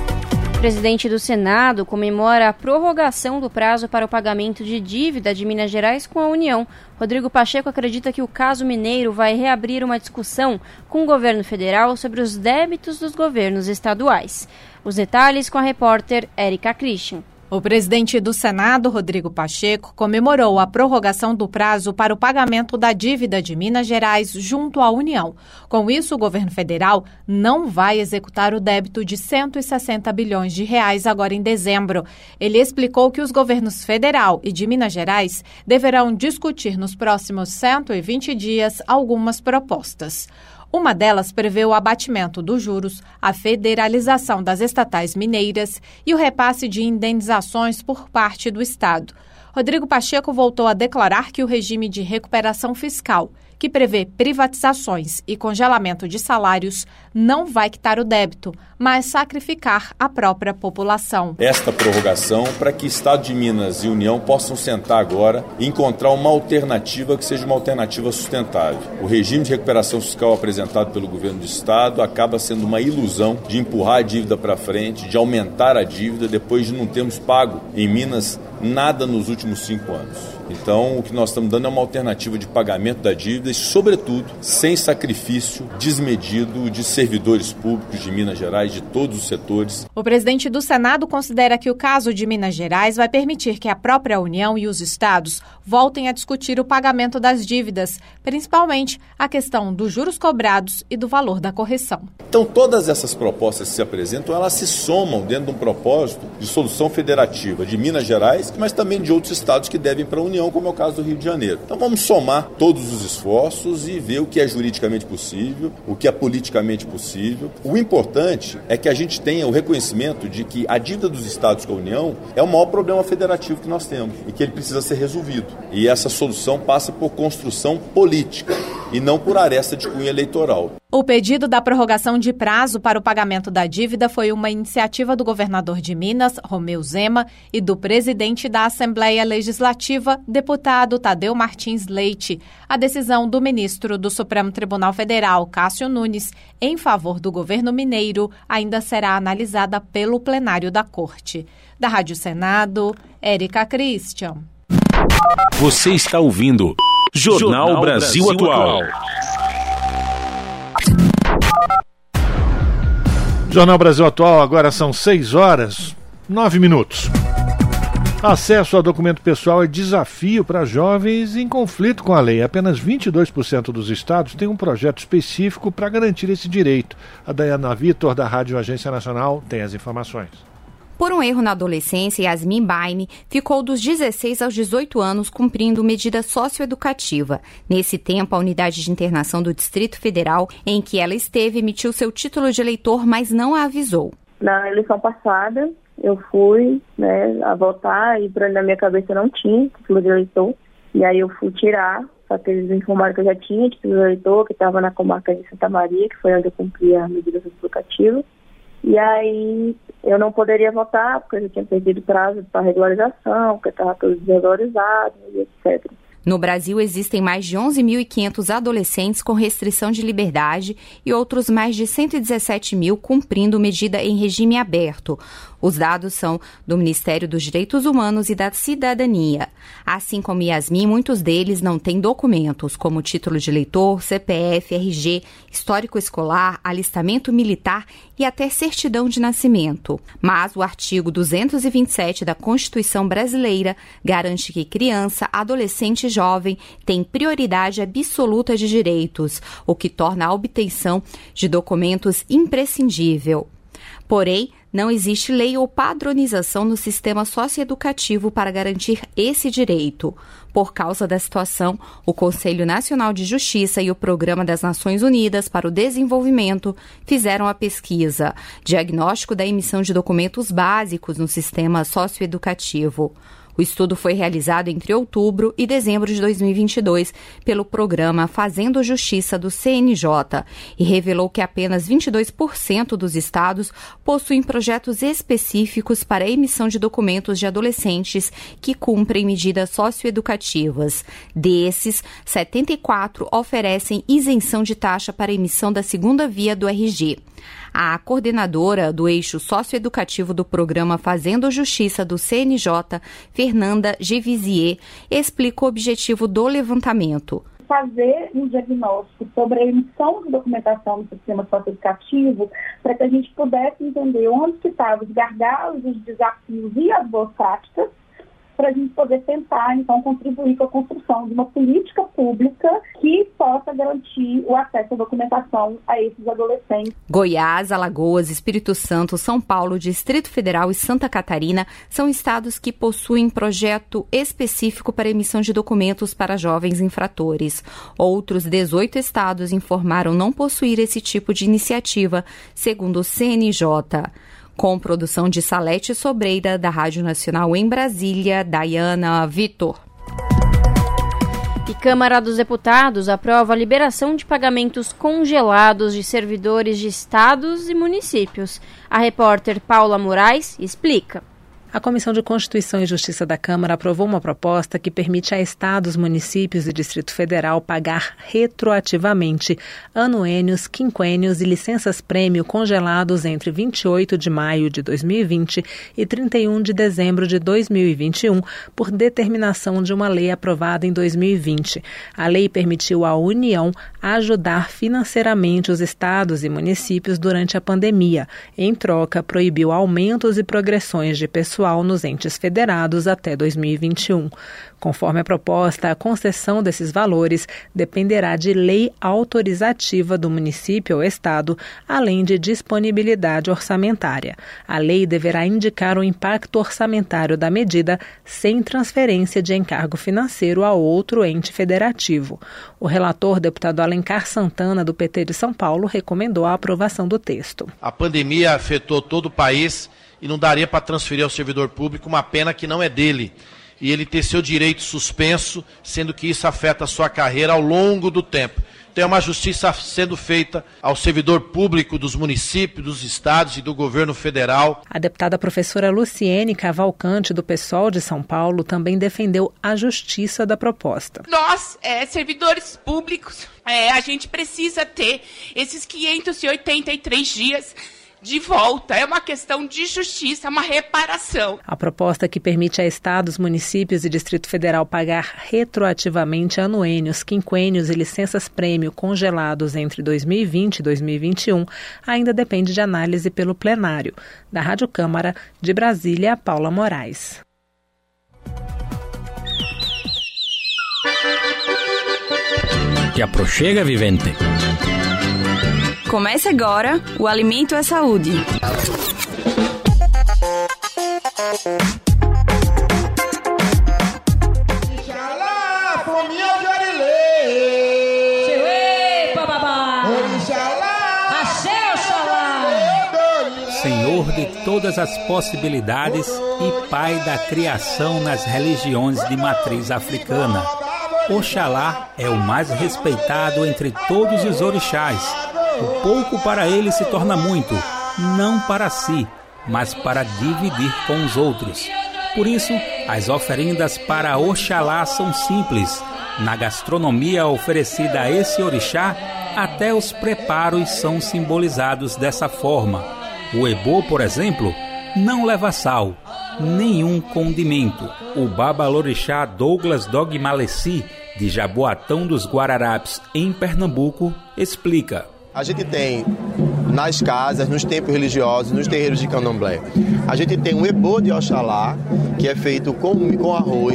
S4: O presidente do Senado comemora a prorrogação do prazo para o pagamento de dívida de Minas Gerais com a União. Rodrigo Pacheco acredita que o caso mineiro vai reabrir uma discussão com o governo federal sobre os débitos dos governos estaduais. Os detalhes com a repórter Érica Christian.
S10: O presidente do Senado, Rodrigo Pacheco, comemorou a prorrogação do prazo para o pagamento da dívida de Minas Gerais junto à União. Com isso, o governo federal não vai executar o débito de 160 bilhões de reais agora em dezembro. Ele explicou que os governos federal e de Minas Gerais deverão discutir nos próximos 120 dias algumas propostas. Uma delas prevê o abatimento dos juros, a federalização das estatais mineiras e o repasse de indenizações por parte do Estado. Rodrigo Pacheco voltou a declarar que o regime de recuperação fiscal, que prevê privatizações e congelamento de salários, não vai quitar o débito, mas sacrificar a própria população.
S24: Esta prorrogação para que Estado de Minas e União possam sentar agora e encontrar uma alternativa que seja uma alternativa sustentável. O regime de recuperação fiscal apresentado pelo governo do Estado acaba sendo uma ilusão de empurrar a dívida para frente, de aumentar a dívida depois de não termos pago em Minas nada nos últimos 5 anos. Então, o que nós estamos dando é uma alternativa de pagamento da dívida e, sobretudo, sem sacrifício desmedido de servidores públicos de Minas Gerais, de todos os setores.
S10: O presidente do Senado considera que o caso de Minas Gerais vai permitir que a própria União e os estados voltem a discutir o pagamento das dívidas, principalmente a questão dos juros cobrados e do valor da correção.
S24: Então, todas essas propostas que se apresentam, elas se somam dentro de um propósito de solução federativa de Minas Gerais, mas também de outros estados que devem para a União, como é o caso do Rio de Janeiro. Então vamos somar todos os esforços e ver o que é juridicamente possível, o que é politicamente possível. O importante é que a gente tenha o reconhecimento de que a dívida dos estados com a União é o maior problema federativo que nós temos e que ele precisa ser resolvido. E essa solução passa por construção política e não por aresta de cunho eleitoral.
S10: O pedido da prorrogação de prazo para o pagamento da dívida foi uma iniciativa do governador de Minas, Romeu Zema, e do presidente da Assembleia Legislativa, deputado Tadeu Martins Leite. A decisão do ministro do Supremo Tribunal Federal, Cássio Nunes, em favor do governo mineiro, ainda será analisada pelo plenário da Corte. Da Rádio Senado, Érica Christian.
S2: Você está ouvindo Jornal Brasil Atual.
S1: Jornal Brasil Atual, agora são 6 horas. 9 minutos. Acesso ao documento pessoal é desafio para jovens em conflito com a lei. Apenas 22% dos estados têm um projeto específico para garantir esse direito. A Dayana Vitor, da Rádio Agência Nacional, tem as informações.
S11: Por um erro na adolescência, Yasmin Baime ficou dos 16 aos 18 anos cumprindo medida socioeducativa. Nesse tempo, a unidade de internação do Distrito Federal, em que ela esteve, emitiu seu título de eleitor, mas não a avisou.
S12: Na eleição passada, eu fui a votar e na minha cabeça não tinha título de eleitor. E aí eu fui tirar, só que eles informaram que eu já tinha título de eleitor, que estava na comarca de Santa Maria, que foi onde eu cumpri a medida socioeducativa. E aí eu não poderia votar, porque eu já tinha perdido prazo para regularização, porque estava tudo desregularizado e etc.
S11: No Brasil, existem mais de 11.500 adolescentes com restrição de liberdade e outros mais de 117 mil cumprindo medida em regime aberto. Os dados são do Ministério dos Direitos Humanos e da Cidadania. Assim como Yasmin, muitos deles não têm documentos, como título de eleitor, CPF, RG, histórico escolar, alistamento militar e até certidão de nascimento. Mas o artigo 227 da Constituição Brasileira garante que criança, adolescente e jovem têm prioridade absoluta de direitos, o que torna a obtenção de documentos imprescindível. Porém, não existe lei ou padronização no sistema socioeducativo para garantir esse direito. Por causa da situação, o Conselho Nacional de Justiça e o Programa das Nações Unidas para o Desenvolvimento fizeram a pesquisa Diagnóstico da Emissão de Documentos Básicos no Sistema Socioeducativo. O estudo foi realizado entre outubro e dezembro de 2022 pelo programa Fazendo Justiça do CNJ e revelou que apenas 22% dos estados possuem projetos específicos para a emissão de documentos de adolescentes que cumprem medidas socioeducativas. Desses, 74 oferecem isenção de taxa para a emissão da segunda via do RG. A coordenadora do eixo socioeducativo do programa Fazendo Justiça do CNJ, Fernanda Gevisier, explica o objetivo do levantamento.
S13: Fazer um diagnóstico sobre a emissão de documentação no sistema socioeducativo para que a gente pudesse entender onde que estavam os gargalos, os desafios e as boas práticas, para a gente poder tentar, então, contribuir com a construção de uma política pública que possa garantir o acesso à documentação a esses adolescentes.
S11: Goiás, Alagoas, Espírito Santo, São Paulo, Distrito Federal e Santa Catarina são estados que possuem projeto específico para emissão de documentos para jovens infratores. Outros 18 estados informaram não possuir esse tipo de iniciativa, segundo o CNJ. Com produção de Salete Sobreira, da Rádio Nacional em Brasília, Dayana Vitor.
S4: E Câmara dos Deputados aprova a liberação de pagamentos congelados de servidores de estados e municípios. A repórter Paula Moraes explica.
S17: A Comissão de Constituição e Justiça da Câmara aprovou uma proposta que permite a estados, municípios e Distrito Federal pagar retroativamente anuênios, quinquênios e licenças-prêmio congelados entre 28 de maio de 2020 e 31 de dezembro de 2021 por determinação de uma lei aprovada em 2020. A lei permitiu à União ajudar financeiramente os estados e municípios durante a pandemia. Em troca, proibiu aumentos e progressões de pessoal nos entes federados até 2021. Conforme a proposta, a concessão desses valores dependerá de lei autorizativa do município ou estado, além de disponibilidade orçamentária. A lei deverá indicar o impacto orçamentário da medida sem transferência de encargo financeiro a outro ente federativo. O relator, deputado Alencar Santana, do PT de São Paulo, recomendou a aprovação do texto.
S15: A pandemia afetou todo o país e não daria para transferir ao servidor público uma pena que não é dele. E ele ter seu direito suspenso, sendo que isso afeta a sua carreira ao longo do tempo. Então é uma justiça sendo feita ao servidor público dos municípios, dos estados e do governo federal.
S17: A deputada professora Luciene Cavalcante, do PSOL de São Paulo, também defendeu a justiça da proposta.
S25: Nós, servidores públicos, a gente precisa ter esses 583 dias de volta. É uma questão de justiça, uma reparação.
S17: A proposta que permite a estados, municípios e Distrito Federal pagar retroativamente anuênios, quinquênios e licenças-prêmio congelados entre 2020 e 2021 ainda depende de análise pelo plenário. Da Rádio Câmara, de Brasília, Paula Moraes.
S14: Te aproxega, vivente.
S16: Comece agora, o Alimento é Saúde.
S14: Senhor de todas as possibilidades e Pai da criação nas religiões de matriz africana. Oxalá é o mais respeitado entre todos os orixás. O pouco para ele se torna muito, não para si, mas para dividir com os outros. Por isso, as oferendas para Oxalá são simples. Na gastronomia oferecida a esse orixá, até os preparos são simbolizados dessa forma. O ebô, por exemplo, não leva sal, nenhum condimento. O babalorixá Douglas Dogmaleci, de Jaboatão dos Guararapes, em Pernambuco, explica.
S18: A gente tem nas casas, nos templos religiosos, nos terreiros de candomblé, a gente tem um ebô de Oxalá, que é feito com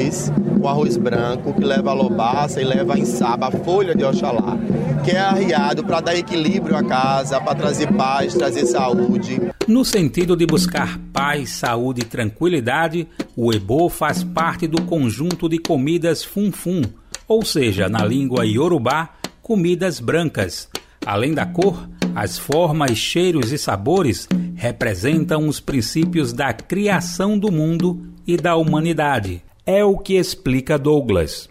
S18: arroz branco, que leva a lobaça e leva a inçaba, a folha de Oxalá, que é arriado para dar equilíbrio à casa, para trazer paz, trazer saúde.
S14: No sentido de buscar paz, saúde e tranquilidade, o ebô faz parte do conjunto de comidas funfun, ou seja, na língua iorubá, comidas brancas. Além da cor, as formas, cheiros e sabores representam os princípios da criação do mundo e da humanidade. É o que explica Douglas.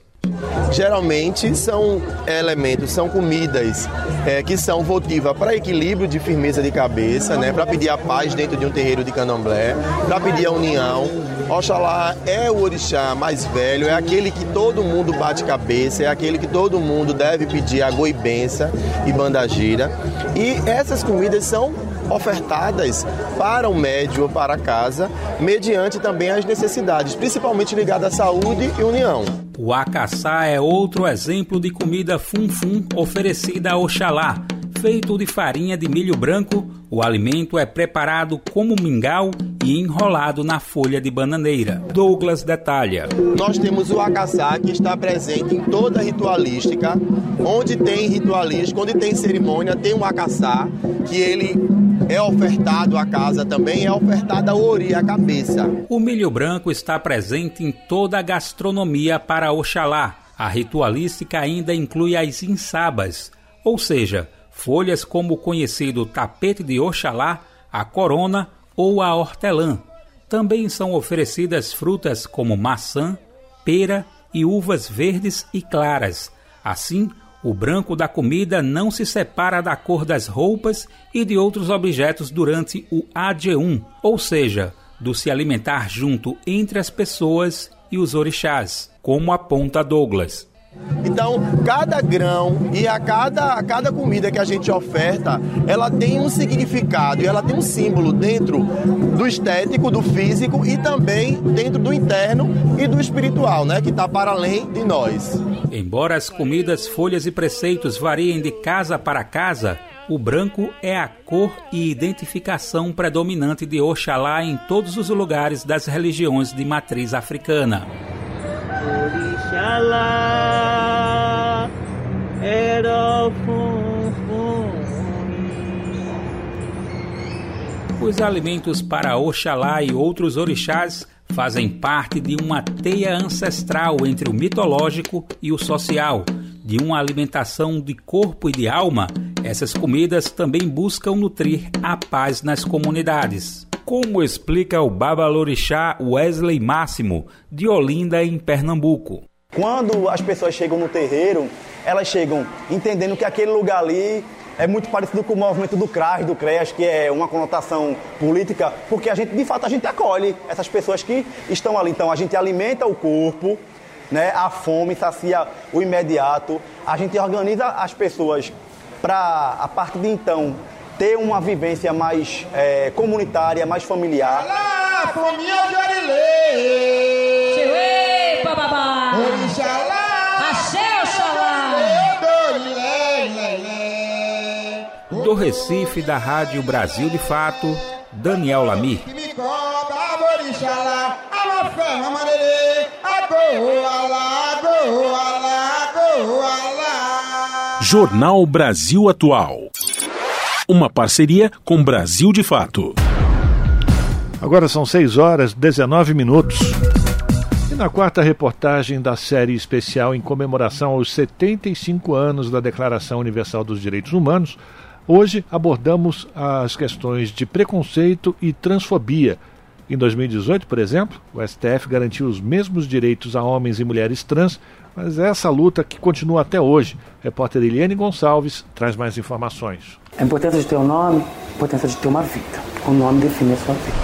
S18: Geralmente são elementos, são comidas que são votivas para equilíbrio de firmeza de cabeça, né, para pedir a paz dentro de um terreiro de candomblé, para pedir a união. Oxalá é o orixá mais velho, é aquele que todo mundo bate cabeça, é aquele que todo mundo deve pedir a goibença e bandagira. E essas comidas são ofertadas para o médium ou para a casa, mediante também as necessidades, principalmente ligadas à saúde e união.
S14: O acaçá é outro exemplo de comida funfun oferecida a Oxalá. Feito de farinha de milho branco, o alimento é preparado como mingau e enrolado na folha de bananeira. Douglas detalha.
S18: Nós temos o acaçá, que está presente em toda a ritualística. Onde tem ritualística, onde tem cerimônia, tem um acaçá, que ele é ofertado à casa também, é ofertado ao ori, à cabeça.
S14: O milho branco está presente em toda a gastronomia para Oxalá. A ritualística ainda inclui as inçabas, ou seja, folhas como o conhecido tapete de Oxalá, a corona ou a hortelã. Também são oferecidas frutas como maçã, pera e uvas verdes e claras. Assim, o branco da comida não se separa da cor das roupas e de outros objetos durante o Ajeum, ou seja, do se alimentar junto entre as pessoas e os orixás, como aponta Douglas.
S18: Então, cada grão e a cada comida que a gente oferta, ela tem um significado e ela tem um símbolo dentro do estético, do físico e também dentro do interno e do espiritual, né, que está para além de nós.
S14: Embora as comidas, folhas e preceitos variem de casa para casa, o branco é a cor e identificação predominante de Oxalá em todos os lugares das religiões de matriz africana. Oxalá era Os alimentos para Oxalá e outros orixás fazem parte de uma teia ancestral entre o mitológico e o social. De uma alimentação de corpo e de alma, essas comidas também buscam nutrir a paz nas comunidades. Como explica o babalorixá Wesley Máximo, de Olinda, em Pernambuco.
S19: Quando as pessoas chegam no terreiro, elas chegam entendendo que aquele lugar ali é muito parecido com o movimento do CRAS, do CREAS, que é uma conotação política, porque a gente, de fato, a gente acolhe essas pessoas que estão ali. Então, a gente alimenta o corpo, né, a fome, sacia o imediato, a gente organiza as pessoas para, a partir de então, ter uma vivência mais comunitária, mais familiar.
S14: Do Recife, da Rádio Brasil de Fato, Daniel Lamir.
S2: Jornal Brasil Atual. Uma parceria com Brasil de Fato.
S1: Agora são 6h19. E na quarta reportagem da série especial em comemoração aos 75 anos da Declaração Universal dos Direitos Humanos, hoje abordamos as questões de preconceito e transfobia. Em 2018, por exemplo, o STF garantiu os mesmos direitos a homens e mulheres trans, mas é essa luta que continua até hoje. A repórter Eliane Gonçalves traz mais informações.
S3: A importância de ter um nome, a importância de ter uma vida. O nome define a sua vida.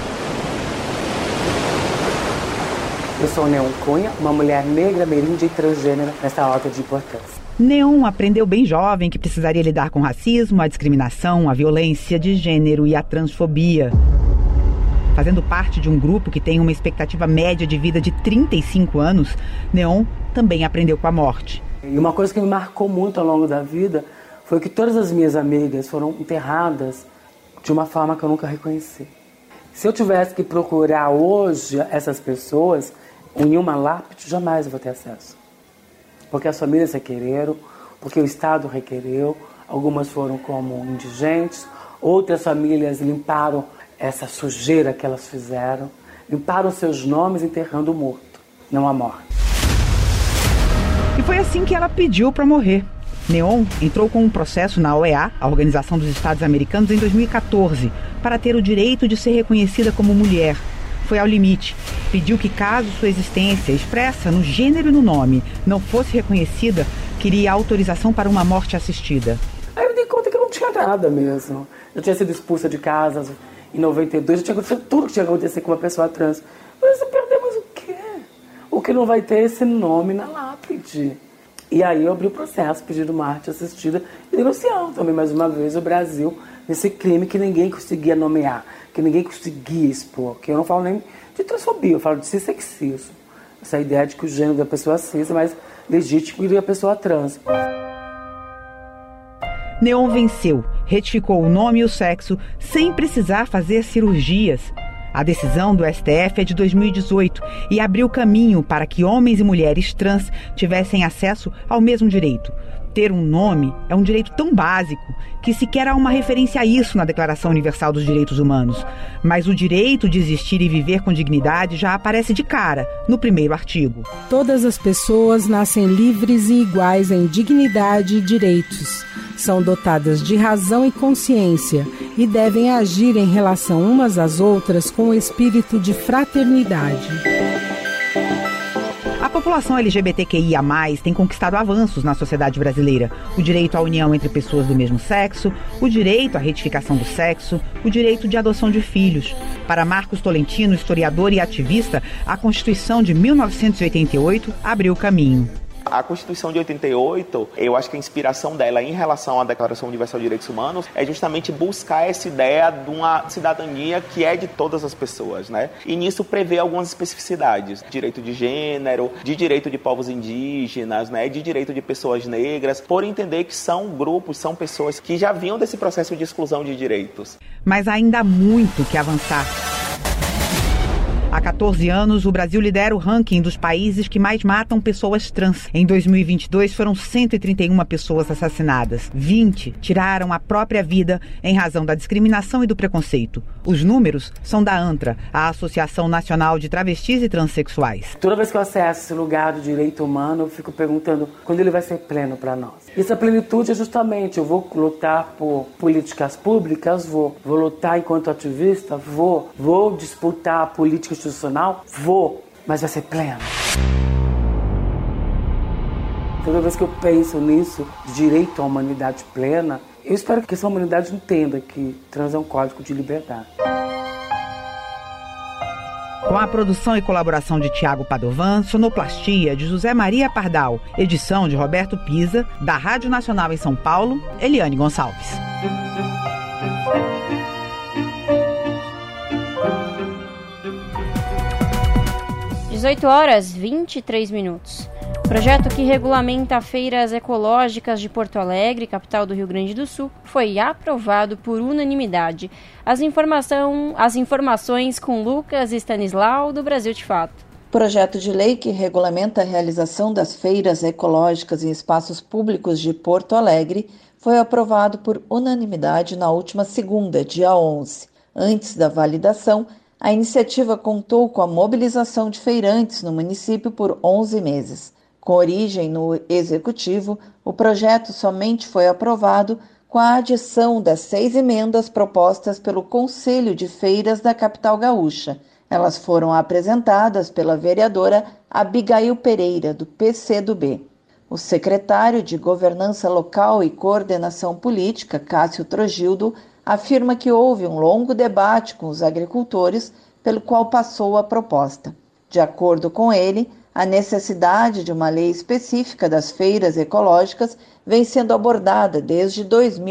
S3: Eu sou Neon Cunha, uma mulher negra, ameríndia e transgênera nessa alta de importância.
S20: Neon aprendeu bem jovem que precisaria lidar com o racismo, a discriminação, a violência de gênero e a transfobia. Fazendo parte de um grupo que tem uma expectativa média de vida de 35 anos, Neon também aprendeu com a morte.
S3: E uma coisa que me marcou muito ao longo da vida foi que todas as minhas amigas foram enterradas de uma forma que eu nunca reconheci. Se eu tivesse que procurar hoje essas pessoas em uma lápide, jamais eu vou ter acesso. Porque as famílias requereram, porque o Estado requereu, algumas foram como indigentes, outras famílias limparam essa sujeira que elas fizeram, limparam seus nomes enterrando o morto, não a morte.
S20: E foi assim que ela pediu para morrer. Neon entrou com um processo na OEA, a Organização dos Estados Americanos, em 2014, para ter o direito de ser reconhecida como mulher. Foi ao limite. Pediu que, caso sua existência, expressa no gênero e no nome, não fosse reconhecida, queria autorização para uma morte assistida.
S3: Aí eu me dei conta que eu não tinha nada mesmo. Eu tinha sido expulsa de casa em 92, já tinha acontecido tudo que tinha acontecido com uma pessoa trans. Mas você perdeu mais o quê? O que não vai ter esse nome na lápide. E aí eu abri o processo, pedindo morte assistida e denunciando também mais uma vez o Brasil nesse crime que ninguém conseguia nomear, que ninguém conseguia expor, que eu não falo nem de transfobia, eu falo de cissexismo. Essa ideia de que o gênero da pessoa cis é mais legítimo que a pessoa trans.
S20: Neon venceu, retificou o nome e o sexo sem precisar fazer cirurgias. A decisão do STF é de 2018 e abriu caminho para que homens e mulheres trans tivessem acesso ao mesmo direito. Ter um nome é um direito tão básico que sequer há uma referência a isso na Declaração Universal dos Direitos Humanos. Mas o direito de existir e viver com dignidade já aparece de cara no primeiro artigo.
S21: Todas as pessoas nascem livres e iguais em dignidade e direitos. São dotadas de razão e consciência e devem agir em relação umas às outras com o espírito de fraternidade.
S20: A população LGBTQIA+, tem conquistado avanços na sociedade brasileira. O direito à união entre pessoas do mesmo sexo, o direito à retificação do sexo, o direito de adoção de filhos. Para Marcos Tolentino, historiador e ativista, a Constituição de 1988 abriu o caminho.
S22: A Constituição de 88, eu acho que a inspiração dela em relação à Declaração Universal de Direitos Humanos é justamente buscar essa ideia de uma cidadania que é de todas as pessoas, né? E nisso prevê algumas especificidades, direito de gênero, de direito de povos indígenas, né? De direito de pessoas negras, por entender que são grupos, são pessoas que já vinham desse processo de exclusão de direitos.
S20: Mas ainda há muito que avançar. Há 14 anos, o Brasil lidera o ranking dos países que mais matam pessoas trans. Em 2022, foram 131 pessoas assassinadas. 20 tiraram a própria vida em razão da discriminação e do preconceito. Os números são da ANTRA, a Associação Nacional de Travestis e Transsexuais.
S3: Toda vez que eu acesso esse lugar do direito humano, eu fico perguntando quando ele vai ser pleno para nós. E essa plenitude é justamente, eu vou lutar por políticas públicas, vou lutar enquanto ativista, vou disputar a política institucional, mas vai ser pleno. Toda vez que eu penso nisso, de direito à humanidade plena, eu espero que essa humanidade entenda que trans é um código de liberdade.
S20: Com a produção e colaboração de Tiago Padovan, sonoplastia de José Maria Pardal, edição de Roberto Pisa, da Rádio Nacional em São Paulo, Eliane Gonçalves.
S4: 18h23. O projeto que regulamenta feiras ecológicas de Porto Alegre, capital do Rio Grande do Sul, foi aprovado por unanimidade. As informações com Lucas Stanislau, do Brasil de Fato.
S5: Projeto de lei que regulamenta a realização das feiras ecológicas em espaços públicos de Porto Alegre foi aprovado por unanimidade na última segunda, dia 11. Antes da validação, a iniciativa contou com a mobilização de feirantes no município por 11 meses. Com origem no Executivo, o projeto somente foi aprovado com a adição das 6 emendas propostas pelo Conselho de Feiras da capital gaúcha. Elas foram apresentadas pela vereadora Abigail Pereira, do PCdoB. O secretário de Governança Local e Coordenação Política, Cássio Trogildo, afirma que houve um longo debate com os agricultores, pelo qual passou a proposta. De acordo com ele, a necessidade de uma lei específica das feiras ecológicas vem sendo abordada desde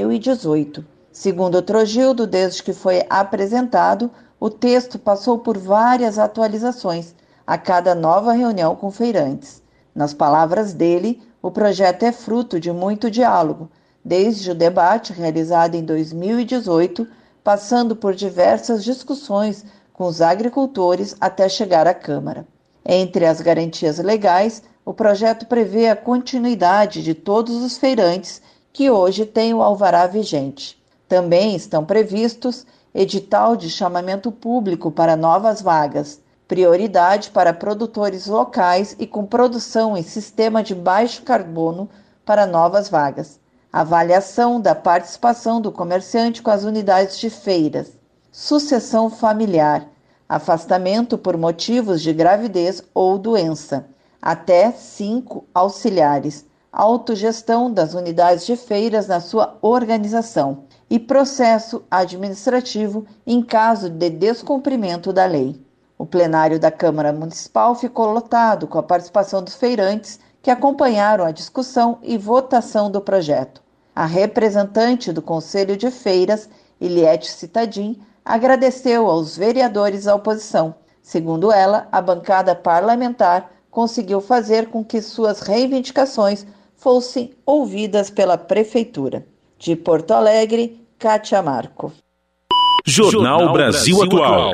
S5: 2018. Segundo Trogildo, desde que foi apresentado, o texto passou por várias atualizações a cada nova reunião com feirantes. Nas palavras dele, o projeto é fruto de muito diálogo, desde o debate realizado em 2018, passando por diversas discussões com os agricultores até chegar à Câmara. Entre as garantias legais, o projeto prevê a continuidade de todos os feirantes que hoje têm o alvará vigente. Também estão previstos edital de chamamento público para novas vagas, prioridade para produtores locais e com produção em sistema de baixo carbono para novas vagas, avaliação da participação do comerciante com as unidades de feiras, sucessão familiar, afastamento por motivos de gravidez ou doença, até 5 auxiliares, autogestão das unidades de feiras na sua organização e processo administrativo em caso de descumprimento da lei. O plenário da Câmara Municipal ficou lotado com a participação dos feirantes que acompanharam a discussão e votação do projeto. A representante do Conselho de Feiras, Eliette Citadin, agradeceu aos vereadores da oposição. Segundo ela, a bancada parlamentar conseguiu fazer com que suas reivindicações fossem ouvidas pela Prefeitura. De Porto Alegre, Kátia Marco.
S6: Jornal Brasil Atual.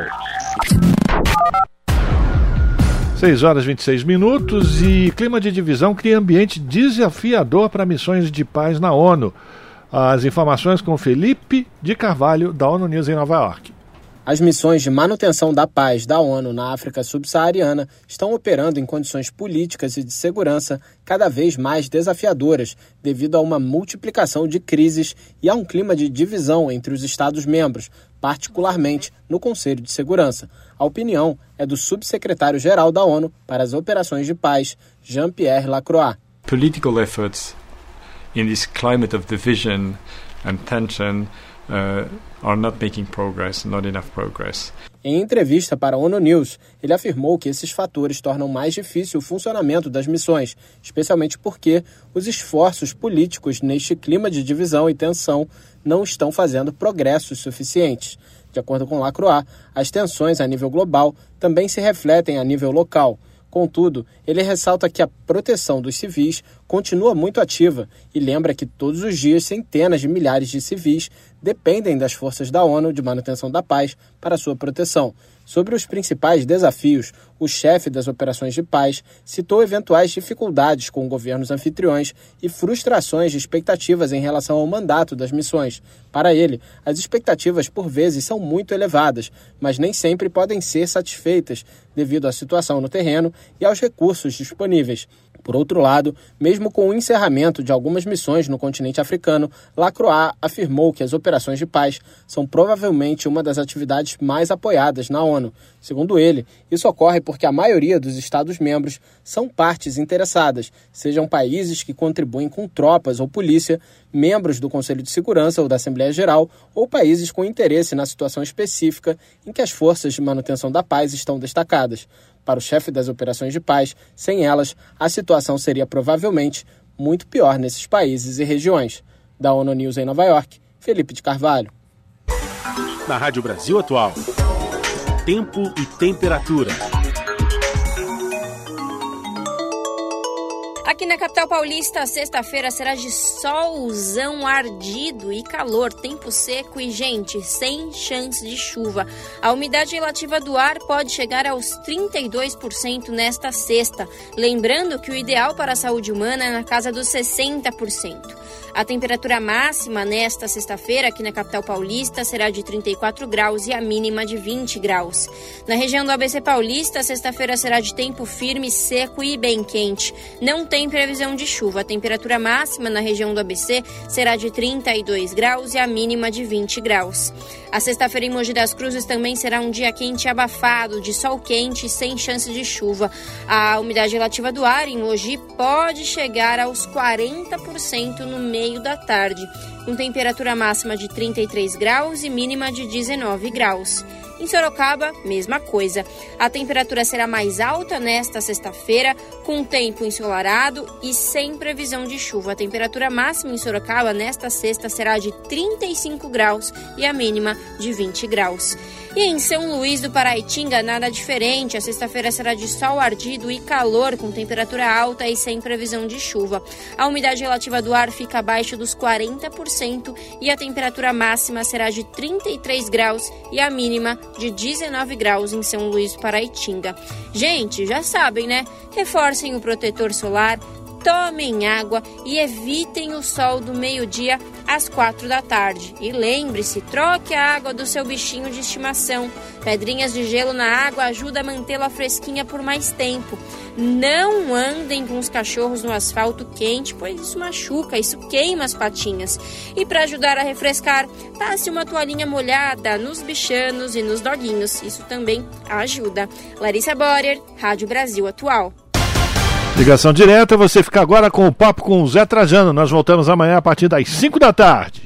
S1: 6h26 e clima de divisão cria ambiente desafiador para missões de paz na ONU. As informações com Felipe de Carvalho, da ONU News em Nova York.
S7: As missões de manutenção da paz da ONU na África subsaariana estão operando em condições políticas e de segurança cada vez mais desafiadoras devido a uma multiplicação de crises e a um clima de divisão entre os Estados-membros, particularmente no Conselho de Segurança. A opinião é do subsecretário-geral da ONU para as operações de paz, Jean-Pierre Lacroix.
S9: Political efforts in this climate of division and tension are not making progress, not enough progress.
S7: Em entrevista para a ONU News, ele afirmou que esses fatores tornam mais difícil o funcionamento das missões, especialmente porque os esforços políticos neste clima de divisão e tensão não estão fazendo progressos suficientes. De acordo com Lacroix, as tensões a nível global também se refletem a nível local. Contudo, ele ressalta que a proteção dos civis continua muito ativa e lembra que todos os dias centenas de milhares de civis dependem das forças da ONU de manutenção da paz para sua proteção. Sobre os principais desafios, o chefe das operações de paz citou eventuais dificuldades com governos anfitriões e frustrações de expectativas em relação ao mandato das missões. Para ele, as expectativas por vezes são muito elevadas, mas nem sempre podem ser satisfeitas devido à situação no terreno e aos recursos disponíveis. Por outro lado, mesmo com o encerramento de algumas missões no continente africano, Lacroix afirmou que as operações de paz são provavelmente uma das atividades mais apoiadas na ONU. Segundo ele, isso ocorre porque a maioria dos Estados-membros são partes interessadas, sejam países que contribuem com tropas ou polícia, membros do Conselho de Segurança ou da Assembleia Geral, ou países com interesse na situação específica em que as forças de manutenção da paz estão destacadas. Para o chefe das operações de paz, sem elas, a situação seria provavelmente muito pior nesses países e regiões. Da ONU News em Nova York, Felipe de Carvalho.
S6: Na Rádio Brasil Atual, tempo e temperatura.
S4: Aqui na capital paulista, sexta-feira será de solzão ardido e calor, tempo seco e, gente, sem chance de chuva. A umidade relativa do ar pode chegar aos 32% nesta sexta. Lembrando que o ideal para a saúde humana é na casa dos 60%. A temperatura máxima nesta sexta-feira aqui na capital paulista será de 34 graus e a mínima de 20 graus. Na região do ABC Paulista, sexta-feira será de tempo firme, seco e bem quente. Não tem previsão de chuva. A temperatura máxima na região do ABC será de 32 graus e a mínima de 20 graus. A sexta-feira em Mogi das Cruzes também será um dia quente e abafado, de sol quente e sem chance de chuva. A umidade relativa do ar em Mogi pode chegar aos 40% no meio da tarde, com temperatura máxima de 33 graus e mínima de 19 graus. Em Sorocaba, mesma coisa. A temperatura será mais alta nesta sexta-feira, com tempo ensolarado e sem previsão de chuva. A temperatura máxima em Sorocaba nesta sexta será de 35 graus e a mínima de 20 graus. E em São Luís do Paraitinga, nada diferente. A sexta-feira será de sol ardido e calor, com temperatura alta e sem previsão de chuva. A umidade relativa do ar fica abaixo dos 40% e a temperatura máxima será de 33 graus e a mínima de 19 graus em São Luís do Paraitinga. Gente, já sabem, né? Reforcem o protetor solar, tomem água e evitem o sol do meio-dia às 4 da tarde. E lembre-se, troque a água do seu bichinho de estimação. Pedrinhas de gelo na água ajudam a mantê-la fresquinha por mais tempo. Não andem com os cachorros no asfalto quente, pois isso machuca, isso queima as patinhas. E para ajudar a refrescar, passe uma toalhinha molhada nos bichanos e nos doguinhos. Isso também ajuda. Larissa Borer, Rádio Brasil Atual.
S1: Ligação direta, você fica agora com o papo com o Zé Trajano. Nós voltamos amanhã a partir das 5 da tarde.